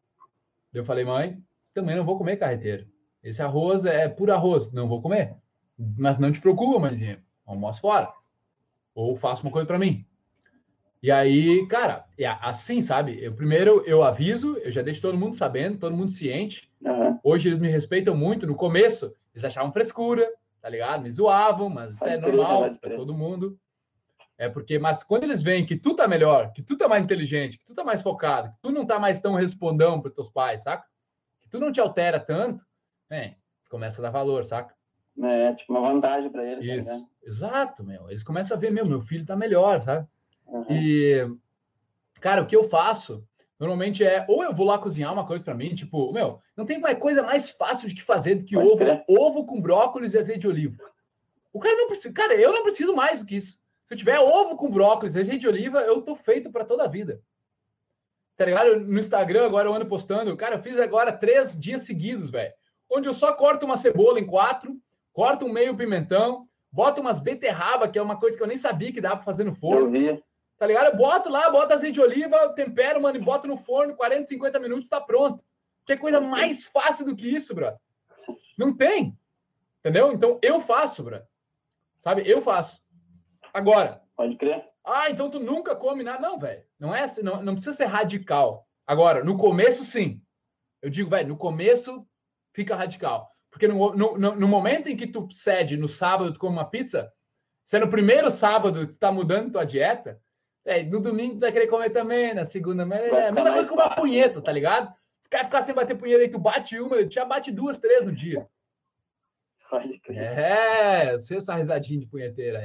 Eu falei, mãe, também não vou comer carreteiro. Esse arroz é puro arroz, não vou comer. Mas não te preocupa, mãezinha, almoço fora. Ou faço uma coisa para mim. E aí, cara, assim, sabe? Primeiro eu aviso, eu já deixo todo mundo sabendo, todo mundo ciente. Uhum. Hoje eles me respeitam muito. No começo, eles achavam frescura, tá ligado? Me zoavam, mas isso é normal para todo mundo. Mas quando eles veem que tu tá melhor, que tu tá mais inteligente, que tu tá mais focado, que tu não tá mais tão respondão para teus pais, saca? Que tu não te altera tanto, eles começam a dar valor, saca? É, tipo uma vantagem para eles. Isso, tá, exato, meu. Eles começam a ver, meu filho tá melhor, sabe? Uhum. E, cara, o que eu faço normalmente ou eu vou lá cozinhar uma coisa para mim, tipo, não tem mais coisa mais fácil de que fazer do que ovo com brócolis e azeite de oliva. O cara não precisa, cara, eu não preciso mais do que isso. Se eu tiver ovo com brócolis e azeite de oliva, eu tô feito para toda a vida. Tá ligado? No Instagram agora eu ando postando, cara, eu fiz agora 3 dias seguidos, velho, onde eu só corto uma cebola em 4, corto um meio pimentão, boto umas beterraba, que é uma coisa que eu nem sabia que dava para fazer no forno. Eu vi. Tá ligado? Eu boto lá, boto azeite de oliva, tempero, mano, e boto no forno, 40, 50 minutos, tá pronto. Que coisa mais fácil do que isso, bro? Não tem. Entendeu? Então, eu faço, bro. Sabe? Eu faço. Agora. Pode crer. Então tu nunca come nada. Não, velho. Não é assim, não precisa ser radical. Agora, no começo, sim. Eu digo, velho, no começo, fica radical. Porque no momento em que tu cede, no sábado, tu come uma pizza, se é no primeiro sábado que tu tá mudando tua dieta, no domingo tu vai querer comer também, na segunda, mas é a mesma coisa que uma punheta, tá ligado? Se o cara ficar sem bater punheta, aí tu bate uma, tu já bate 2, 3 no dia. Pode crer. Eu sei essa risadinha de punheteira.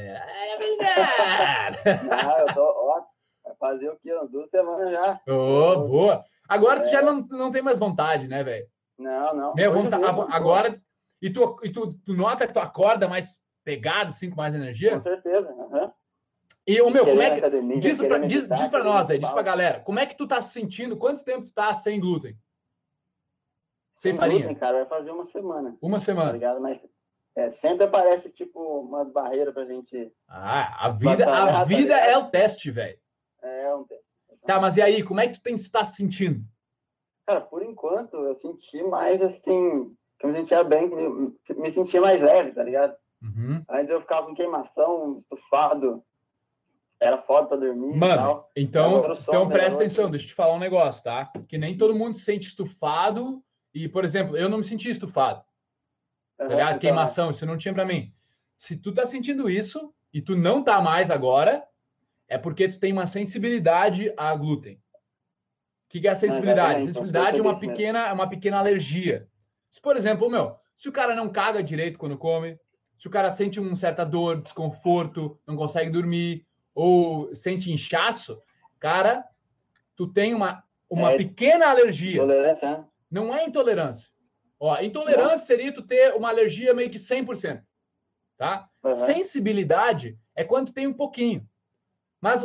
Não, eu tô, vai fazer o quê? 2 semanas já. Boa. Agora tu já não tem mais vontade, né, velho? Não. Minha vontade, agora, e tu nota que tu acorda mais pegado, assim, com mais energia? Com certeza, uhum. E como é que... academia, diz pra nós aí, diz pra galera, como é que tu tá se sentindo? Quanto tempo tu tá sem glúten? Sem farinha? Glúten, cara, vai fazer uma semana. Uma semana. Tá ligado? Mas sempre aparece, tipo, umas barreiras pra gente... A vida é o teste, velho. É um teste. Tá, mas e aí, como é que tu está se sentindo? Cara, por enquanto, eu senti mais, assim... Eu me sentia bem, me sentia mais leve, tá ligado? Uhum. Antes eu ficava com queimação, estufado... Era foda pra dormir. Mano, então presta atenção, deixa eu te falar um negócio, tá? Que nem todo mundo se sente estufado. E, por exemplo, eu não me senti estufado. Tá ligado? Queimação, isso não tinha pra mim. Se tu tá sentindo isso e tu não tá mais agora, é porque tu tem uma sensibilidade a glúten. O que é a sensibilidade? Sensibilidade é uma pequena alergia. Se, por exemplo, se o cara não caga direito quando come, se o cara sente uma certa dor, desconforto, não consegue dormir, ou sente inchaço, cara, tu tem uma pequena alergia. Intolerância, né? Não é intolerância. Intolerância seria tu ter uma alergia meio que 100%. Tá? Uhum. Sensibilidade é quando tu tem um pouquinho. Mas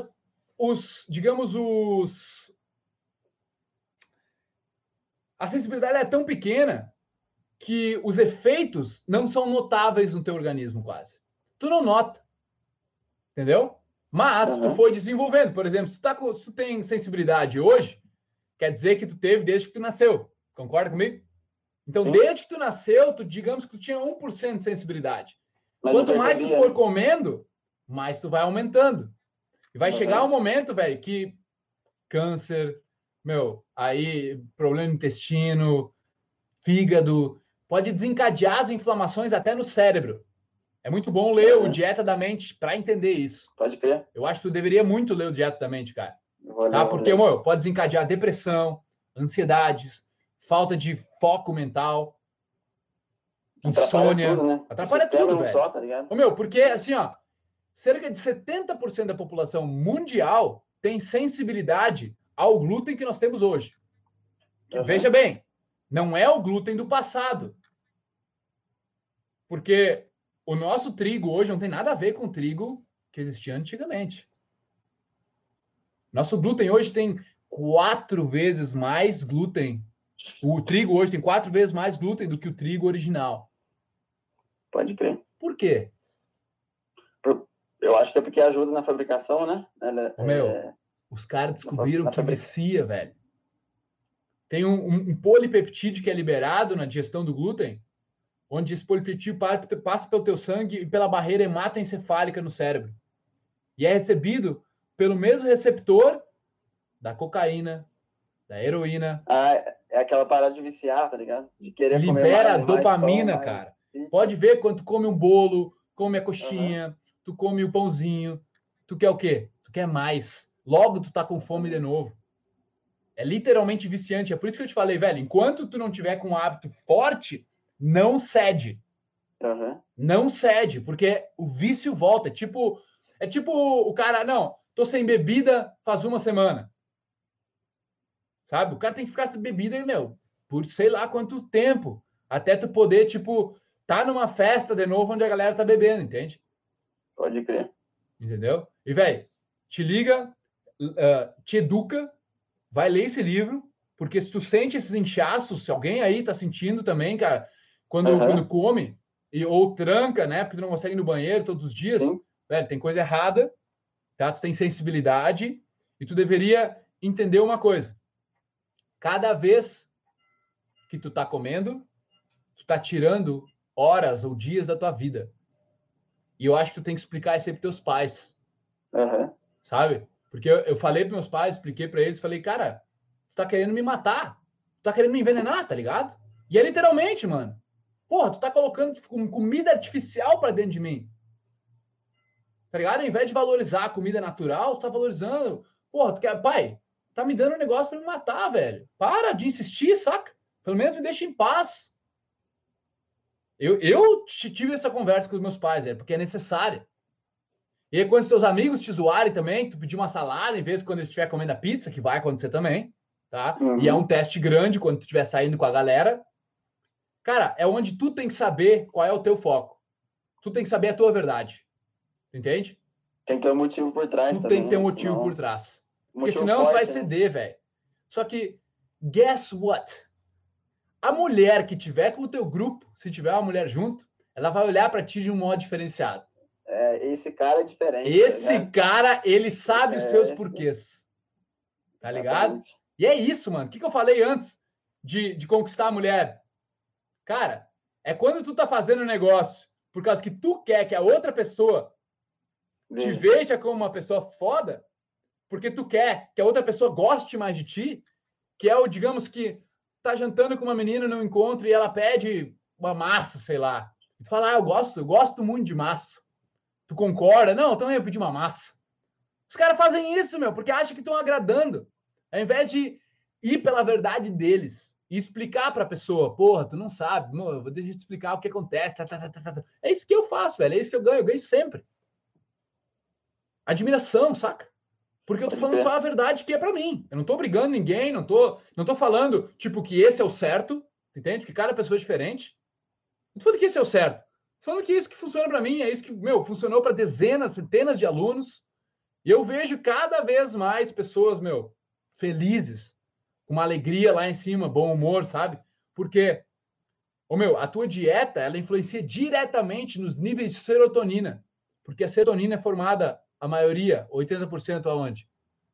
a sensibilidade é tão pequena que os efeitos não são notáveis no teu organismo quase. Tu não nota. Entendeu? Mas tu foi desenvolvendo. Por exemplo, se tu tem sensibilidade hoje, quer dizer que tu teve desde que tu nasceu. Concorda comigo? Então, sim, desde que tu nasceu, digamos que tu tinha 1% de sensibilidade. Mas quanto mais tu for comendo, mais tu vai aumentando. E vai chegar um momento, velho, que câncer, aí problema no intestino, fígado, pode desencadear as inflamações até no cérebro. É muito bom ler o Dieta da Mente para entender isso. Pode crer. Eu acho que tu deveria muito ler o Dieta da Mente, cara. Tá? Porque, amor, pode desencadear depressão, ansiedades, falta de foco mental, insônia. Tudo, né? Atrapalha tudo, velho. Só, tá ligado? Porque, assim, ó, cerca de 70% da população mundial tem sensibilidade ao glúten que nós temos hoje. Veja bem, não é o glúten do passado. Porque o nosso trigo hoje não tem nada a ver com o trigo que existia antigamente. Nosso glúten hoje tem 4 vezes mais glúten. O trigo hoje tem 4 vezes mais glúten do que o trigo original. Pode crer. Por quê? Eu acho que é porque ajuda na fabricação, né? Os caras descobriram que vicia, velho. Tem um polipeptídeo que é liberado na digestão do glúten, onde esse polipeptídeo passa pelo teu sangue e pela barreira hematoencefálica no cérebro. E é recebido pelo mesmo receptor da cocaína, da heroína. É aquela parada de viciar, tá ligado? De querer comer libera mais, dopamina, mais, cara. Pode ver quando tu come um bolo, come a coxinha, tu come o pãozinho, tu quer o quê? Tu quer mais. Logo tu tá com fome de novo. É literalmente viciante. É por isso que eu te falei, velho, enquanto tu não tiver com um hábito forte, não cede. Não cede, porque o vício volta. É tipo o cara, não, tô sem bebida faz uma semana. Sabe? O cara tem que ficar sem bebida, por sei lá quanto tempo. Até tu poder, tá numa festa de novo onde a galera tá bebendo, entende? Pode crer. Entendeu? E, velho, te liga, te educa, vai ler esse livro, porque se tu sente esses inchaços, se alguém aí tá sentindo também, cara, quando come, ou tranca, né, porque tu não consegue ir no banheiro todos os dias, velho, tem coisa errada, tá? Tu tem sensibilidade e tu deveria entender uma coisa. Cada vez que tu tá comendo, tu tá tirando horas ou dias da tua vida. E eu acho que tu tem que explicar isso aí pros teus pais. Sabe? Porque eu falei pros meus pais, expliquei para eles, falei, cara, você tá querendo me matar. Tu tá querendo me envenenar, tá ligado? E é literalmente, mano. Porra, tu tá colocando comida artificial pra dentro de mim. Tá ligado? Ao invés de valorizar a comida natural, tu tá valorizando. Porra, tu quer... Pai, tá me dando um negócio pra me matar, velho. Para de insistir, saca? Pelo menos me deixa em paz. Eu tive essa conversa com os meus pais, velho, porque é necessária. E aí, quando seus amigos te zoarem também, tu pedir uma salada, em vez de quando eles estiver comendo a pizza, que vai acontecer também, tá? E é um teste grande quando tu estiver saindo com a galera. Cara, é onde tu tem que saber qual é o teu foco. Tu tem que saber a tua verdade. Entende? Tem que ter um motivo por trás. Tu tem que ter um motivo por trás. Porque senão tu vai ceder, velho. Só que, guess what? A mulher que tiver com o teu grupo, se tiver uma mulher junto, ela vai olhar para ti de um modo diferenciado. Esse cara é diferente. Esse cara, ele sabe os seus porquês. Tá ligado? Exatamente. E é isso, mano. O que eu falei antes de conquistar a mulher? Cara, é quando tu tá fazendo um negócio por causa que tu quer que a outra pessoa te veja como uma pessoa foda, porque tu quer que a outra pessoa goste mais de ti, que é o, digamos que, tá jantando com uma menina no encontro e ela pede uma massa, sei lá. E tu fala, eu gosto muito de massa. Tu concorda? Não, então eu pedi uma massa. Os caras fazem isso, porque acham que estão agradando. Ao invés de ir pela verdade deles e explicar para a pessoa, porra, tu não sabe, deixa eu te explicar o que acontece. É isso que eu faço, velho. É isso que eu ganho sempre. Admiração, saca? Porque eu tô falando só a verdade que é para mim. Eu não tô brigando ninguém, não tô falando, que esse é o certo, entende? Que cada pessoa é diferente. Não tô falando que esse é o certo. Tô falando que isso que funciona para mim, é isso que, funcionou para dezenas, centenas de alunos. E eu vejo cada vez mais pessoas, felizes, com uma alegria lá em cima, bom humor, sabe? Porque, a tua dieta, ela influencia diretamente nos níveis de serotonina. Porque a serotonina é formada, a maioria, 80% aonde?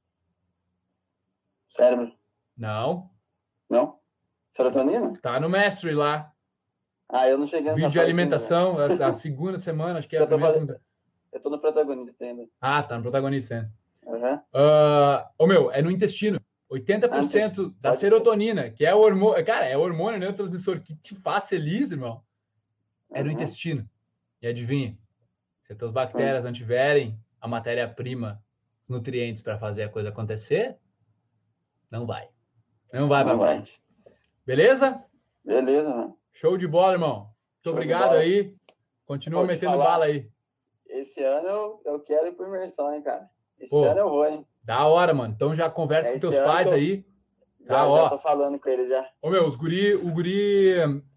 Cérebro. Não. Não? Serotonina? Tá no Mastery lá. Eu não cheguei nessa Vídeo de alimentação, a segunda semana, acho que é a primeira, segunda. Eu tô no protagonista ainda. Tá no protagonista ainda. É no intestino. 80% da serotonina, que é o hormônio, cara, é o hormônio neurotransmissor que te faz feliz, irmão. É no intestino. E adivinha? Se as tuas bactérias não tiverem a matéria-prima, os nutrientes para fazer a coisa acontecer, não vai. Não vai para frente. Beleza? Beleza, mano. Show de bola, irmão. Muito obrigado aí. Continua metendo bala aí. Esse ano eu quero ir por imersão, hein, cara. Esse ano eu vou, hein. Da hora, mano. Então já conversa com teus pais aí. Já tô falando com eles já. Ô, meu, o guri,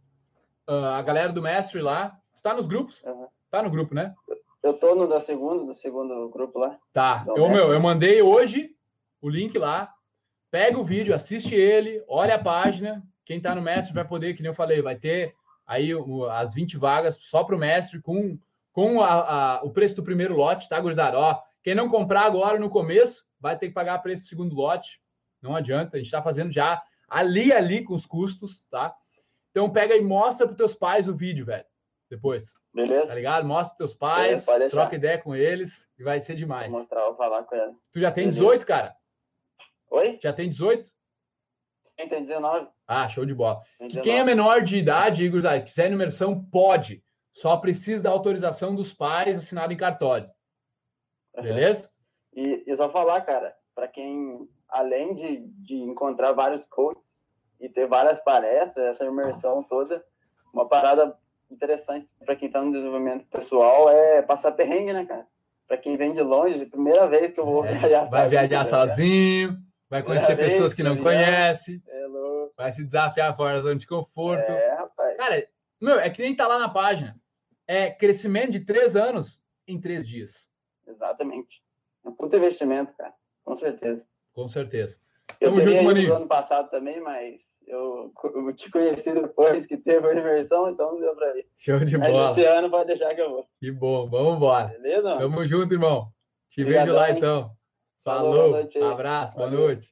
a galera do mestre lá, tá nos grupos? Uhum. Tá no grupo, né? Eu tô do segundo grupo lá. Tá. Eu mandei hoje o link lá. Pega o vídeo, assiste ele, olha a página. Quem tá no mestre vai poder, que nem eu falei, vai ter aí as 20 vagas só pro mestre com o preço do primeiro lote, tá, gurizada? Ó, quem não comprar agora no começo, vai ter que pagar preço do segundo lote. Não adianta, a gente tá fazendo já ali com os custos, tá? Então pega e mostra pros teus pais o vídeo, velho. Depois. Beleza? Tá ligado? Mostra pros teus pais, troca ideia com eles e vai ser demais. Vou mostrar, vou falar com ela. Tu já tem 18, cara? Oi? Já tem 18? Tem 19. Ah, show de bola. Quem é menor de idade, Igor, quiser imersão, pode. Só precisa da autorização dos pais assinado em cartório. Beleza? E só falar, cara, para quem, além de encontrar vários coaches e ter várias palestras, essa imersão toda, uma parada interessante para quem está no desenvolvimento pessoal é passar perrengue, né, cara? Para quem vem de longe, primeira vez que eu vou viajar. Vai viajar sozinho, vai conhecer pessoas que não conhece, louco. Vai se desafiar fora da zona de conforto. Rapaz. Cara, meu, é que nem tá lá na página. É crescimento de 3 anos em 3 dias. Exatamente. É um puto investimento, cara. Com certeza. Com certeza. Eu Tamo junto, maninho. No ano passado também, mas eu te conheci depois que teve a imersão, então não deu pra ir. Show de bola. Esse ano pode deixar que eu vou. Que bom. Vamos embora. Beleza, mano? Tamo junto, irmão. Te Obrigadão, vejo lá, hein? então. Falou, Falou. boa noite aí. Abraço. Boa noite.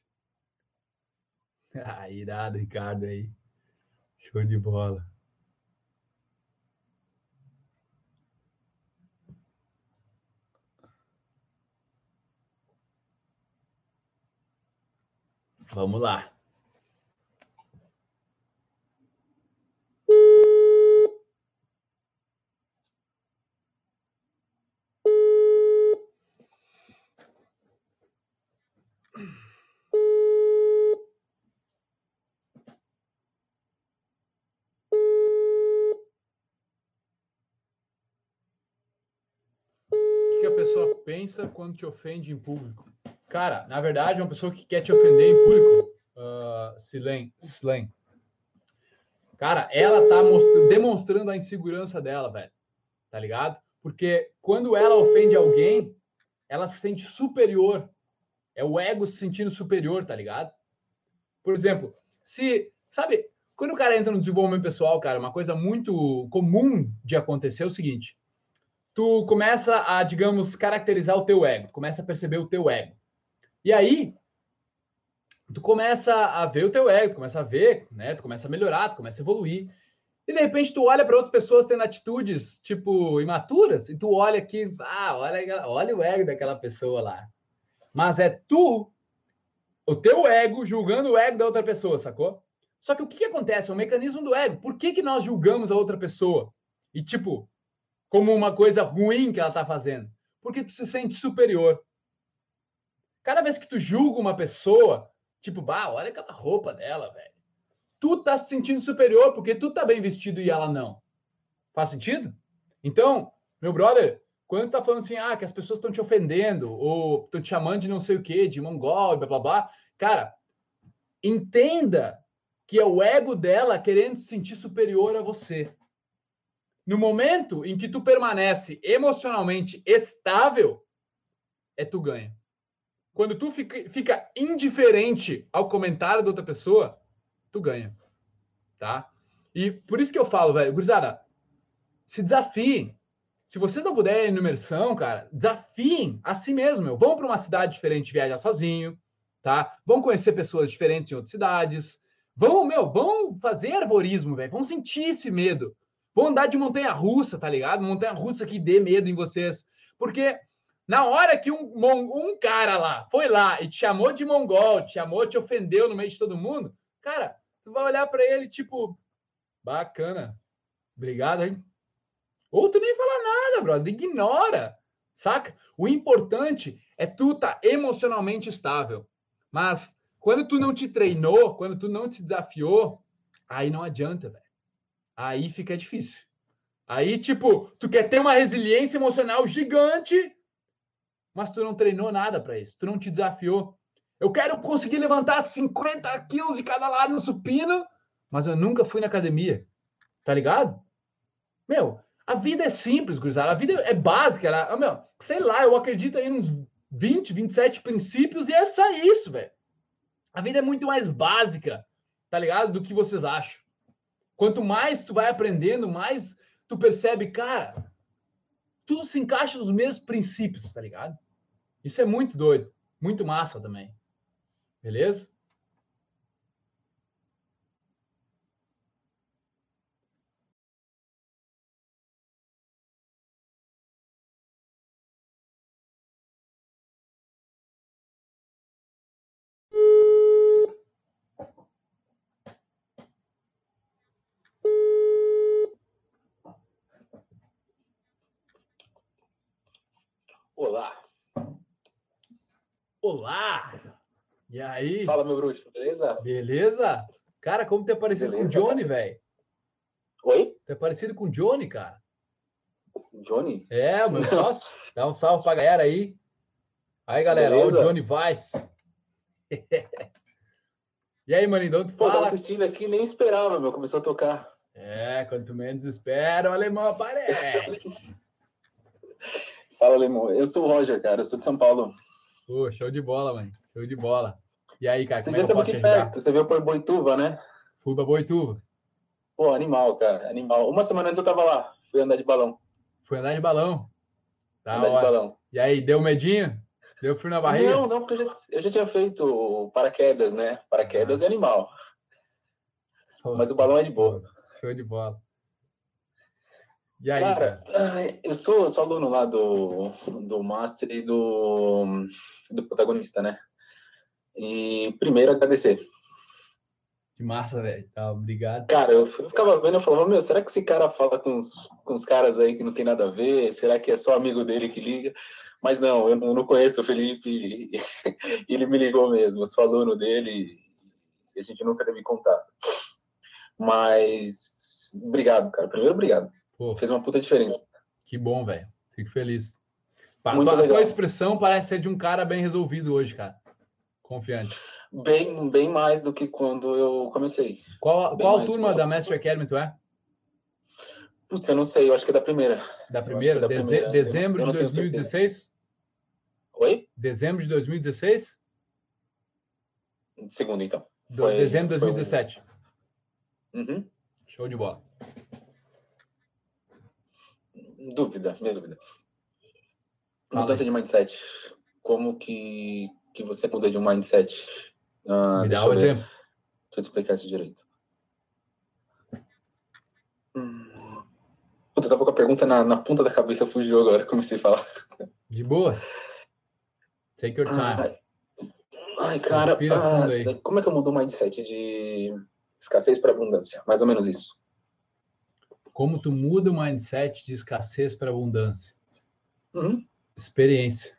Ah, irado, Ricardo aí. Show de bola. Vamos lá. O que a pessoa pensa quando te ofende em público? Cara, na verdade, uma pessoa que quer te ofender em público, Silen. Cara, ela tá demonstrando a insegurança dela, velho. Tá ligado? Porque quando ela ofende alguém, ela se sente superior. É o ego se sentindo superior, tá ligado? Por exemplo, sabe, quando o cara entra no desenvolvimento pessoal, cara, uma coisa muito comum de acontecer é o seguinte: tu começa a, digamos, caracterizar o teu ego, começa a perceber o teu ego. E aí, tu começa a ver o teu ego, tu começa a ver, né? Tu começa a melhorar, tu começa a evoluir. E de repente tu olha para outras pessoas tendo atitudes, tipo, imaturas, e tu olha aqui, olha o ego daquela pessoa lá. Mas é tu, o teu ego, julgando o ego da outra pessoa, sacou? Só que o que acontece? É o mecanismo do ego. Por que nós julgamos a outra pessoa? E, tipo, como uma coisa ruim que ela tá fazendo? Porque tu se sente superior. Cada vez que tu julga uma pessoa, tipo, olha aquela roupa dela, velho. Tu tá se sentindo superior porque tu tá bem vestido e ela não. Faz sentido? Então, meu brother, quando tu tá falando assim, que as pessoas estão te ofendendo, ou estão te chamando de não sei o quê, de mongol, blá, blá, blá, cara, entenda que é o ego dela querendo se sentir superior a você. No momento em que tu permanece emocionalmente estável, tu ganha. Quando tu fica indiferente ao comentário da outra pessoa, tu ganha, tá? E por isso que eu falo, velho, gurizada, se desafiem. Se vocês não puderem ir na imersão, cara, desafiem a si mesmo, meu. Vão para uma cidade diferente viajar sozinho, tá? Vão conhecer pessoas diferentes em outras cidades. Vão fazer arvorismo, velho. Vão sentir esse medo. Vão andar de montanha-russa, tá ligado? Montanha-russa que dê medo em vocês. Porque na hora que um cara lá foi lá e te chamou de mongol, te ofendeu no meio de todo mundo, cara, tu vai olhar para ele tipo, bacana, obrigado, hein? Ou tu nem fala nada, brother. Ignora, saca? O importante é tu tá emocionalmente estável. Mas quando tu não te treinou, quando tu não te desafiou, aí não adianta, velho. Aí fica difícil. Aí, tipo, tu quer ter uma resiliência emocional gigante, mas tu não treinou nada para isso. Tu não te desafiou. Eu quero conseguir levantar 50 quilos de cada lado no supino, mas eu nunca fui na academia. Tá ligado? Meu, a vida é simples, gurizada. A vida é básica. Meu, sei lá, eu acredito aí nos 20, 27 princípios e é só isso, velho. A vida é muito mais básica, tá ligado? Do que vocês acham. Quanto mais tu vai aprendendo, mais tu percebe, cara, tudo se encaixa nos mesmos princípios, tá ligado? Isso é muito doido. Muito massa também. Beleza? Olá. Olá! E aí? Fala, meu bruxo, beleza? Beleza? Cara, como tu é parecido Beleza, com o Johnny, velho? Oi? Tu é parecido com o Johnny, cara. Johnny? É, o meu sócio. Dá um salve pra galera aí. Aí, galera, ó, o Beleza? Johnny Weiss. E aí, mano, então tu Pô, tava fala. assistindo aqui, nem esperava, meu. Começou a tocar. É, quanto menos espera, o alemão aparece. Fala, Lemon. Eu sou o Roger, cara. Eu sou de São Paulo. Pô, show de bola, mano. Show de bola. E aí, cara, Você como é já que eu esteve posso te aqui ajudar? perto. Você veio por Boituva, né? Fui pra Boituva. Pô, animal, cara. Animal. Uma semana antes eu tava lá. Fui andar de balão. Fui andar de balão. Da Andar de hora. balão. E aí, deu medinho? Deu frio na barriga? Não, porque eu já tinha feito paraquedas, né? Paraquedas é animal. Mas o balão é de boa. Show de bola. E aí, Cara, cara? eu sou aluno lá do Master e do protagonista, né? E primeiro agradecer. Que massa, velho. Tá, obrigado. Cara, eu ficava vendo, eu falava, meu, será que esse cara fala com os caras aí que não tem nada a ver? Será que é só amigo dele que liga? Mas não, eu não conheço o Felipe e ele me ligou mesmo. Eu sou aluno dele e a gente nunca teve contato. Mas obrigado, cara. Primeiro, obrigado. Pô, Fez uma puta diferença. que bom, velho. Fico feliz. Muito A tua legal. expressão parece ser de um cara bem resolvido hoje, cara. Confiante. Bem mais do que quando eu comecei. Qual mais, turma pô. da Master Academy tu é? Putz, eu não sei, eu acho que é da primeira. Da Eu acho primeira? que é da primeira. Dezembro Eu de não tenho certeza. 2016? Oi? Dezembro de 2016? Segundo, então. Dezembro de 2017. Uhum. Show de bola. Dúvida, minha dúvida. Fala Mudança aí. de mindset. Como que você muda de um mindset? Me Deixa dá eu um ver. exemplo. Deixa eu te explicar isso direito. Puta, eu tava com a pergunta na ponta da cabeça, fugiu agora, comecei a falar. De boas. Take your time. Ai, cara, Respira fundo aí. como é que eu mudo o mindset de escassez para abundância? Mais ou menos isso. Como tu muda o mindset de escassez para abundância? Uhum. Experiência.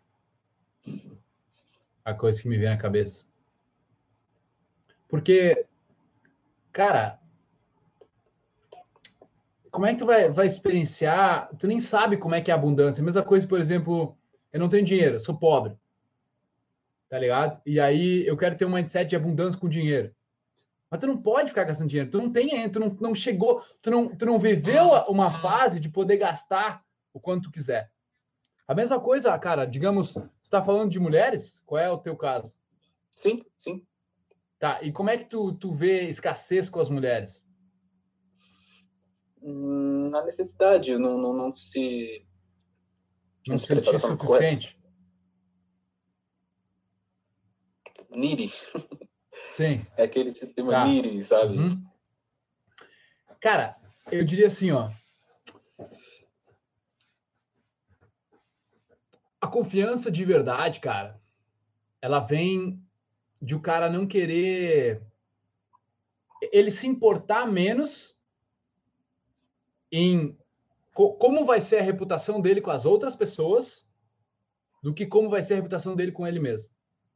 A coisa que me vem na cabeça. Porque, cara, como é que tu vai experienciar? Tu nem sabe como é que é a abundância. A mesma coisa, por exemplo, eu não tenho dinheiro, eu sou pobre. Tá ligado? E aí eu quero ter um mindset de abundância com dinheiro. Mas tu não pode ficar gastando dinheiro. Tu não tem ainda, tu não chegou, tu não viveu uma fase de poder gastar o quanto tu quiser. A mesma coisa, cara, digamos, você está falando de mulheres? Qual é o teu caso? Sim, sim. Tá, e como é que tu vê escassez com as mulheres? Na necessidade, não se... Não sentir suficiente? Needy. Sim. É aquele sistema Tá. needy, sabe? Uhum. Cara, eu diria assim, ó. A confiança de verdade, cara, ela vem de o cara não querer... Ele se importar menos em como vai ser a reputação dele com as outras pessoas do que como vai ser a reputação dele com ele mesmo.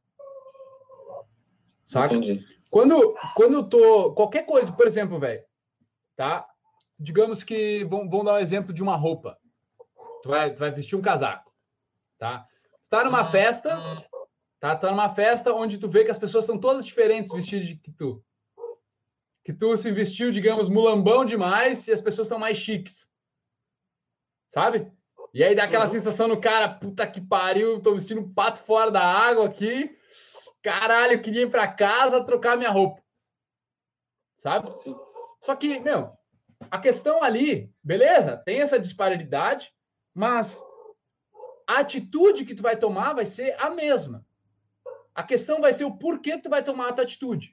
Saca? Entendi. Quando eu tô... Qualquer coisa, por exemplo, velho, tá? Digamos que... Vamos dar um exemplo de uma roupa. Tu vai vestir um casaco, tá? Tu tá numa festa, tá? Tu tá numa festa onde tu vê que as pessoas são todas diferentes vestidas que tu. Que tu se vestiu, digamos, mulambão demais e as pessoas estão mais chiques. Sabe? E aí dá aquela sensação no cara, puta que pariu, tô vestindo um pato fora da água aqui. Caralho, eu queria ir pra casa trocar minha roupa. Sabe? Sim. Só que, meu, a questão ali, beleza, tem essa disparidade, mas a atitude que tu vai tomar vai ser a mesma. A questão vai ser o porquê tu vai tomar a tua atitude.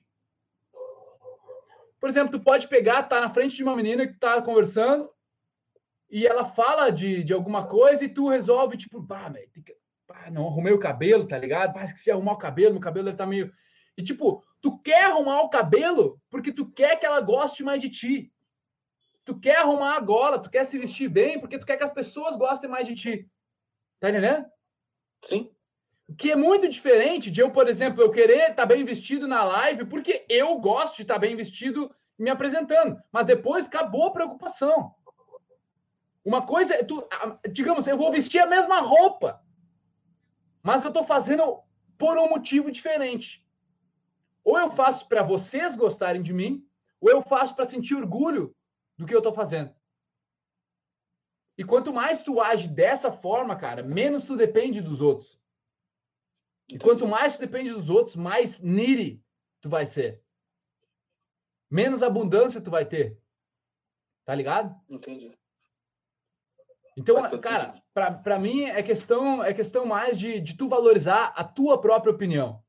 Por exemplo, tu pode pegar, tá na frente de uma menina que tá conversando e ela fala de alguma coisa e tu resolve, tipo, não arrumei o cabelo, tá ligado? Esqueci de arrumar o cabelo, meu cabelo deve estar meio... E, tipo, tu quer arrumar o cabelo porque tu quer que ela goste mais de ti. Tu quer arrumar a gola, tu quer se vestir bem porque tu quer que as pessoas gostem mais de ti. Tá entendendo? Sim. O que é muito diferente de eu, por exemplo, eu querer estar bem vestido na live porque eu gosto de estar bem vestido me apresentando. Mas depois acabou a preocupação. Uma coisa é, digamos, eu vou vestir a mesma roupa, mas eu estou fazendo por um motivo diferente. Ou eu faço para vocês gostarem de mim, ou eu faço para sentir orgulho do que eu estou fazendo. E quanto mais tu age dessa forma, cara, menos tu depende dos outros. E quanto mais tu depende dos outros, mais needy tu vai ser. Menos abundância tu vai ter. Tá ligado? Entendi. Então, cara, para mim é questão mais de tu valorizar a tua própria opinião.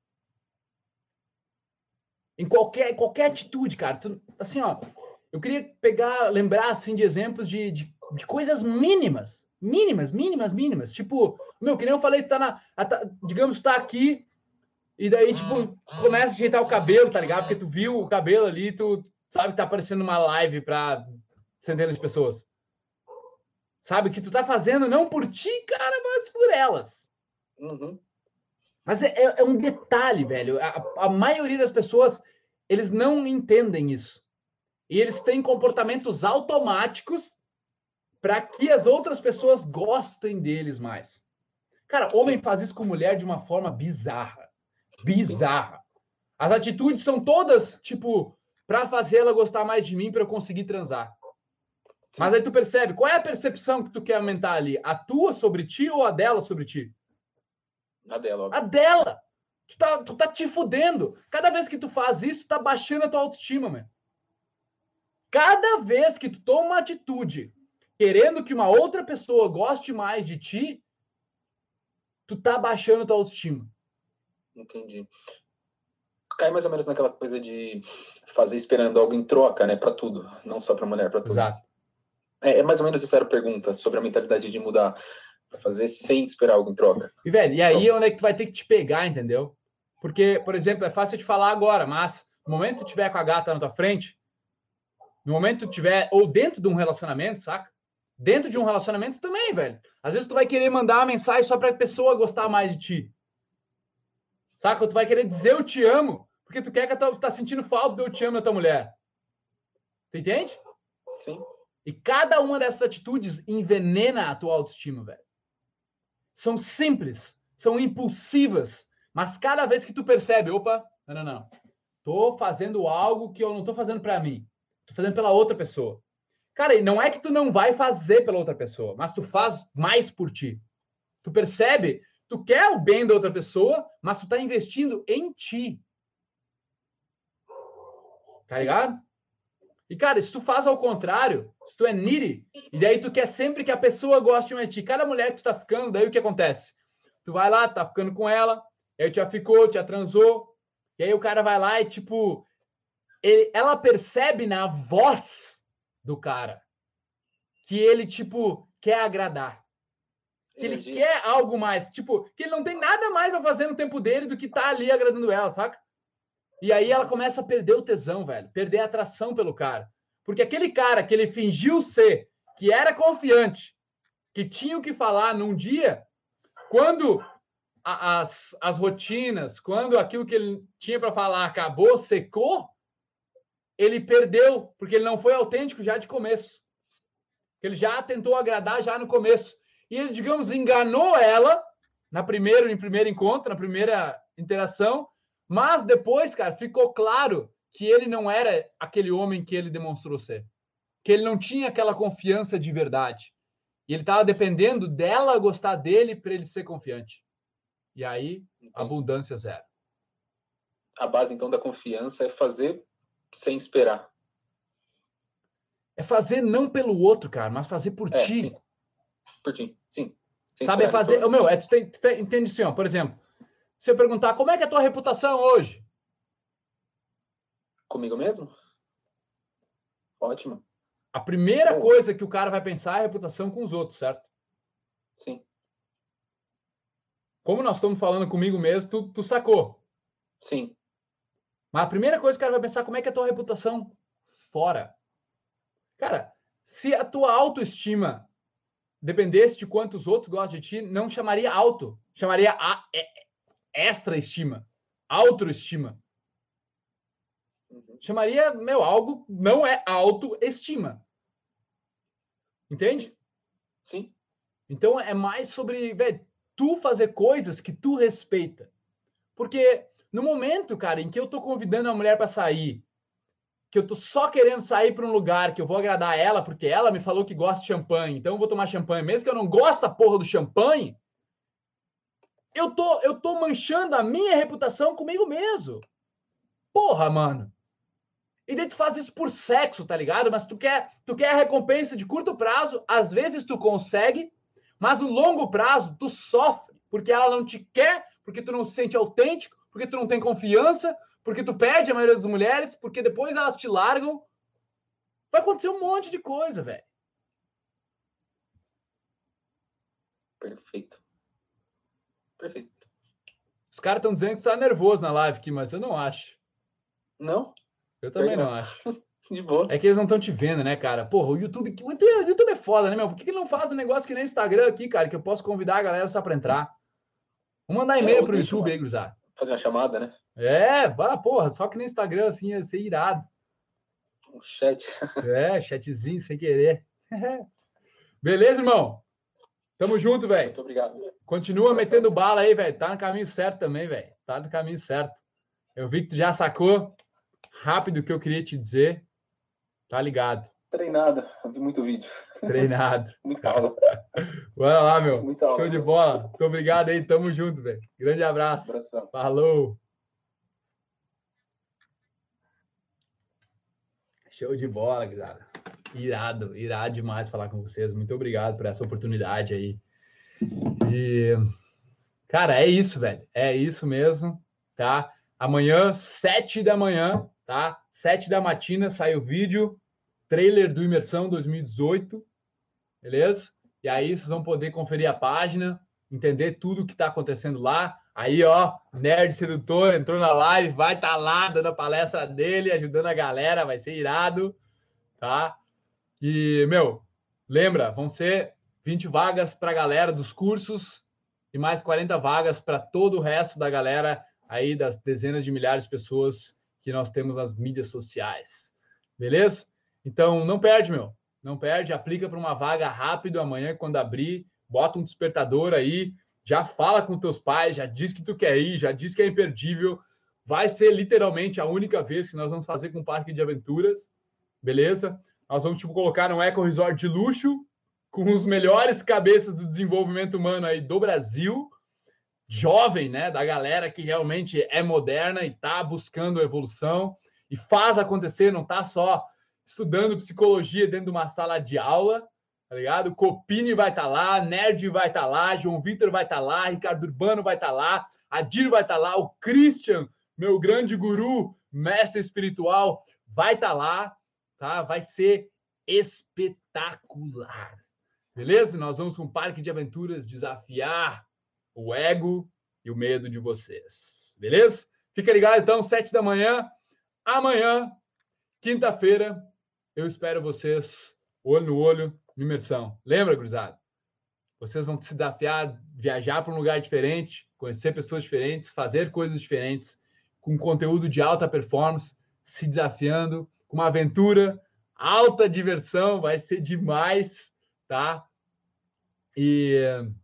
Em qualquer atitude, cara. Assim, ó, eu queria lembrar assim de exemplos de coisas mínimas. Mínimas. Tipo, que nem eu falei, digamos, tá aqui e daí, tipo, começa a ajeitar o cabelo, tá ligado? Porque tu viu o cabelo ali, tu sabe que tá aparecendo uma live para centenas de pessoas. Sabe? Que tu tá fazendo não por ti, cara, mas por elas. Uhum. Mas é um detalhe, velho. A maioria das pessoas, eles não entendem isso. E eles têm comportamentos automáticos para que as outras pessoas gostem deles mais. Cara, homem faz isso com mulher de uma forma bizarra. Bizarra. As atitudes são todas, tipo, para fazer ela gostar mais de mim para eu conseguir transar. Mas aí tu percebe, qual é a percepção que tu quer aumentar ali? A tua sobre ti ou a dela sobre ti? A dela. Óbvio. A dela. Tu tá te fudendo. Cada vez que tu faz isso, tu tá baixando a tua autoestima, mano. Cada vez que tu toma uma atitude querendo que uma outra pessoa goste mais de ti, tu tá baixando a tua autoestima. Entendi. Cai mais ou menos naquela coisa de fazer esperando algo em troca, né? Pra tudo. Não só pra mulher, pra tudo. Exato. É mais ou menos essa era a pergunta sobre a mentalidade de mudar. Pra fazer sem esperar algo em troca. E, velho, e aí é onde é que tu vai ter que te pegar, entendeu? Porque, por exemplo, é fácil de falar agora, mas no momento que tu tiver com a gata na tua frente, no momento que tu tiver, ou dentro de um relacionamento, saca? Dentro de um relacionamento também, velho. Às vezes tu vai querer mandar uma mensagem só pra pessoa gostar mais de ti. Saca? Ou tu vai querer dizer eu te amo, porque tu quer que tá sentindo falta do eu te amo da tua mulher. Tu entende? Sim. E cada uma dessas atitudes envenena a tua autoestima, velho. São simples, são impulsivas, mas cada vez que tu percebe, opa, não. Tô fazendo algo que eu não tô fazendo para mim. Tô fazendo pela outra pessoa. Cara, e não é que tu não vai fazer pela outra pessoa, mas tu faz mais por ti. Tu percebe, tu quer o bem da outra pessoa, mas tu tá investindo em ti. Tá ligado? E, cara, se tu faz ao contrário, se tu é needy, e daí tu quer sempre que a pessoa goste mais de ti, cada mulher que tu tá ficando, daí o que acontece? Tu vai lá, tá ficando com ela, aí tu já ficou, já transou, e aí o cara vai lá e, tipo, ela percebe na voz do cara que ele, tipo, quer agradar. Que ele quer algo mais, tipo, que ele não tem nada mais pra fazer no tempo dele do que tá ali agradando ela, saca? E aí ela começa a perder o tesão, velho. Perder a atração pelo cara. Porque aquele cara que ele fingiu ser, que era confiante, que tinha o que falar num dia, quando as rotinas, quando aquilo que ele tinha para falar acabou, secou, ele perdeu, porque ele não foi autêntico já de começo. Ele já tentou agradar já no começo. E ele, digamos, enganou ela em primeiro encontro, na primeira interação, mas depois, cara, ficou claro que ele não era aquele homem que ele demonstrou ser. Que ele não tinha aquela confiança de verdade. E ele estava dependendo dela gostar dele para ele ser confiante. E aí, abundância zero. A base, então, da confiança é fazer sem esperar. É fazer não pelo outro, cara, mas fazer por ti. Sim. Por ti, sim. Sem sabe, é fazer... tu entende assim, ó, por exemplo, se eu perguntar, como é que é a tua reputação hoje? Comigo mesmo? Ótimo. A primeira coisa que o cara vai pensar é a reputação com os outros, certo? Sim. Como nós estamos falando comigo mesmo, tu sacou. Sim. Mas a primeira coisa que o cara vai pensar, como é que é a tua reputação fora? Cara, se a tua autoestima dependesse de quantos outros gostam de ti, não chamaria auto, chamaria extra-estima, autoestima. Chamaria, algo não é autoestima. Entende? Sim. Então é mais sobre, tu fazer coisas que tu respeita. Porque no momento, cara, em que eu tô convidando a mulher para sair, que eu tô só querendo sair para um lugar que eu vou agradar ela, porque ela me falou que gosta de champanhe, então eu vou tomar champanhe, mesmo que eu não goste da porra do champanhe, eu tô manchando a minha reputação comigo mesmo. Porra, mano. E daí tu faz isso por sexo, tá ligado? Mas tu quer a recompensa de curto prazo, às vezes tu consegue, mas no longo prazo tu sofre, porque ela não te quer, porque tu não se sente autêntico, porque tu não tem confiança, porque tu perde a maioria das mulheres, porque depois elas te largam. Vai acontecer um monte de coisa, velho. Perfeito. Os caras estão dizendo que tu tá nervoso na live aqui, mas eu não acho. Não? Eu também não acho. De boa. É que eles não estão te vendo, né, cara? Porra, o YouTube é foda, né, meu? Por que ele não faz um negócio que nem o Instagram aqui, cara, que eu posso convidar a galera só pra entrar? Vamos mandar e-mail pro YouTube aí, gurizada. Fazer uma chamada, né? Porra, só que no Instagram, assim, ia ser irado. Um chat. Chatzinho, sem querer. Beleza, irmão? Tamo junto, velho. Muito obrigado. Continua metendo bala aí, velho. Tá no caminho certo também, velho. Tá no caminho certo. Eu vi que tu já sacou rápido o que eu queria te dizer. Tá ligado. Treinado. Eu vi muito vídeo. Treinado. Muita aula. Bora lá, meu. Muita aula. Show de bola. Muito obrigado aí. Tamo junto, velho. Grande abraço. Abração. Falou. Show de bola, galera. Irado demais falar com vocês. Muito obrigado por essa oportunidade aí. E, cara, é isso, velho. É isso mesmo, tá? Amanhã, 7 da manhã, tá? 7 da matina sai o vídeo, trailer do Imersão 2018, beleza? E aí vocês vão poder conferir a página, entender tudo o que tá acontecendo lá. Aí, ó, Nerd Sedutor entrou na live, vai estar lá dando a palestra dele, ajudando a galera, vai ser irado, tá? E, lembra, vão ser 20 vagas para a galera dos cursos e mais 40 vagas para todo o resto da galera aí, das dezenas de milhares de pessoas que nós temos nas mídias sociais. Beleza? Então, não perde, não perde, aplica para uma vaga rápido amanhã, quando abrir, bota um despertador aí, já fala com teus pais, já diz que tu quer ir, já diz que é imperdível. Vai ser literalmente a única vez que nós vamos fazer com o Parque de Aventuras, beleza? Nós vamos colocar um eco resort de luxo, com os melhores cabeças do desenvolvimento humano aí do Brasil, jovem, né? Da galera que realmente é moderna e tá buscando evolução e faz acontecer, não tá só estudando psicologia dentro de uma sala de aula, tá ligado? Copini vai estar lá, Nerd vai estar lá, João Vitor vai estar lá, Ricardo Urbano vai estar lá, Adir vai estar lá, o Christian, meu grande guru, mestre espiritual, vai estar lá, tá? Vai ser espetacular. Beleza? Nós vamos para um parque de aventuras desafiar o ego e o medo de vocês. Beleza? Fica ligado, então, 7 da manhã. Amanhã, quinta-feira, eu espero vocês olho no olho imersão. Lembra, gurizada? Vocês vão se desafiar, viajar para um lugar diferente, conhecer pessoas diferentes, fazer coisas diferentes, com conteúdo de alta performance, se desafiando, com uma aventura, alta diversão, vai ser demais, tá? E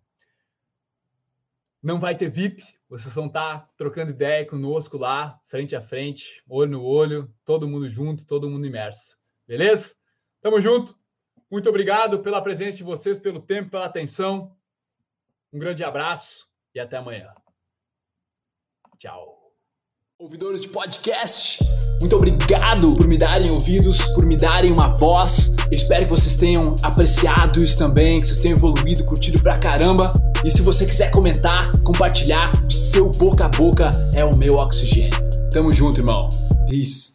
não vai ter VIP, vocês vão estar trocando ideia conosco lá, frente a frente, olho no olho, todo mundo junto, todo mundo imerso. Beleza? Tamo junto. Muito obrigado pela presença de vocês, pelo tempo, pela atenção. Um grande abraço e até amanhã. Tchau. Ouvidores de podcast, muito obrigado por me darem ouvidos, por me darem uma voz. Eu espero que vocês tenham apreciado isso também, que vocês tenham evoluído, curtido pra caramba. E se você quiser comentar, compartilhar, o seu boca a boca é o meu oxigênio. Tamo junto, irmão. Peace.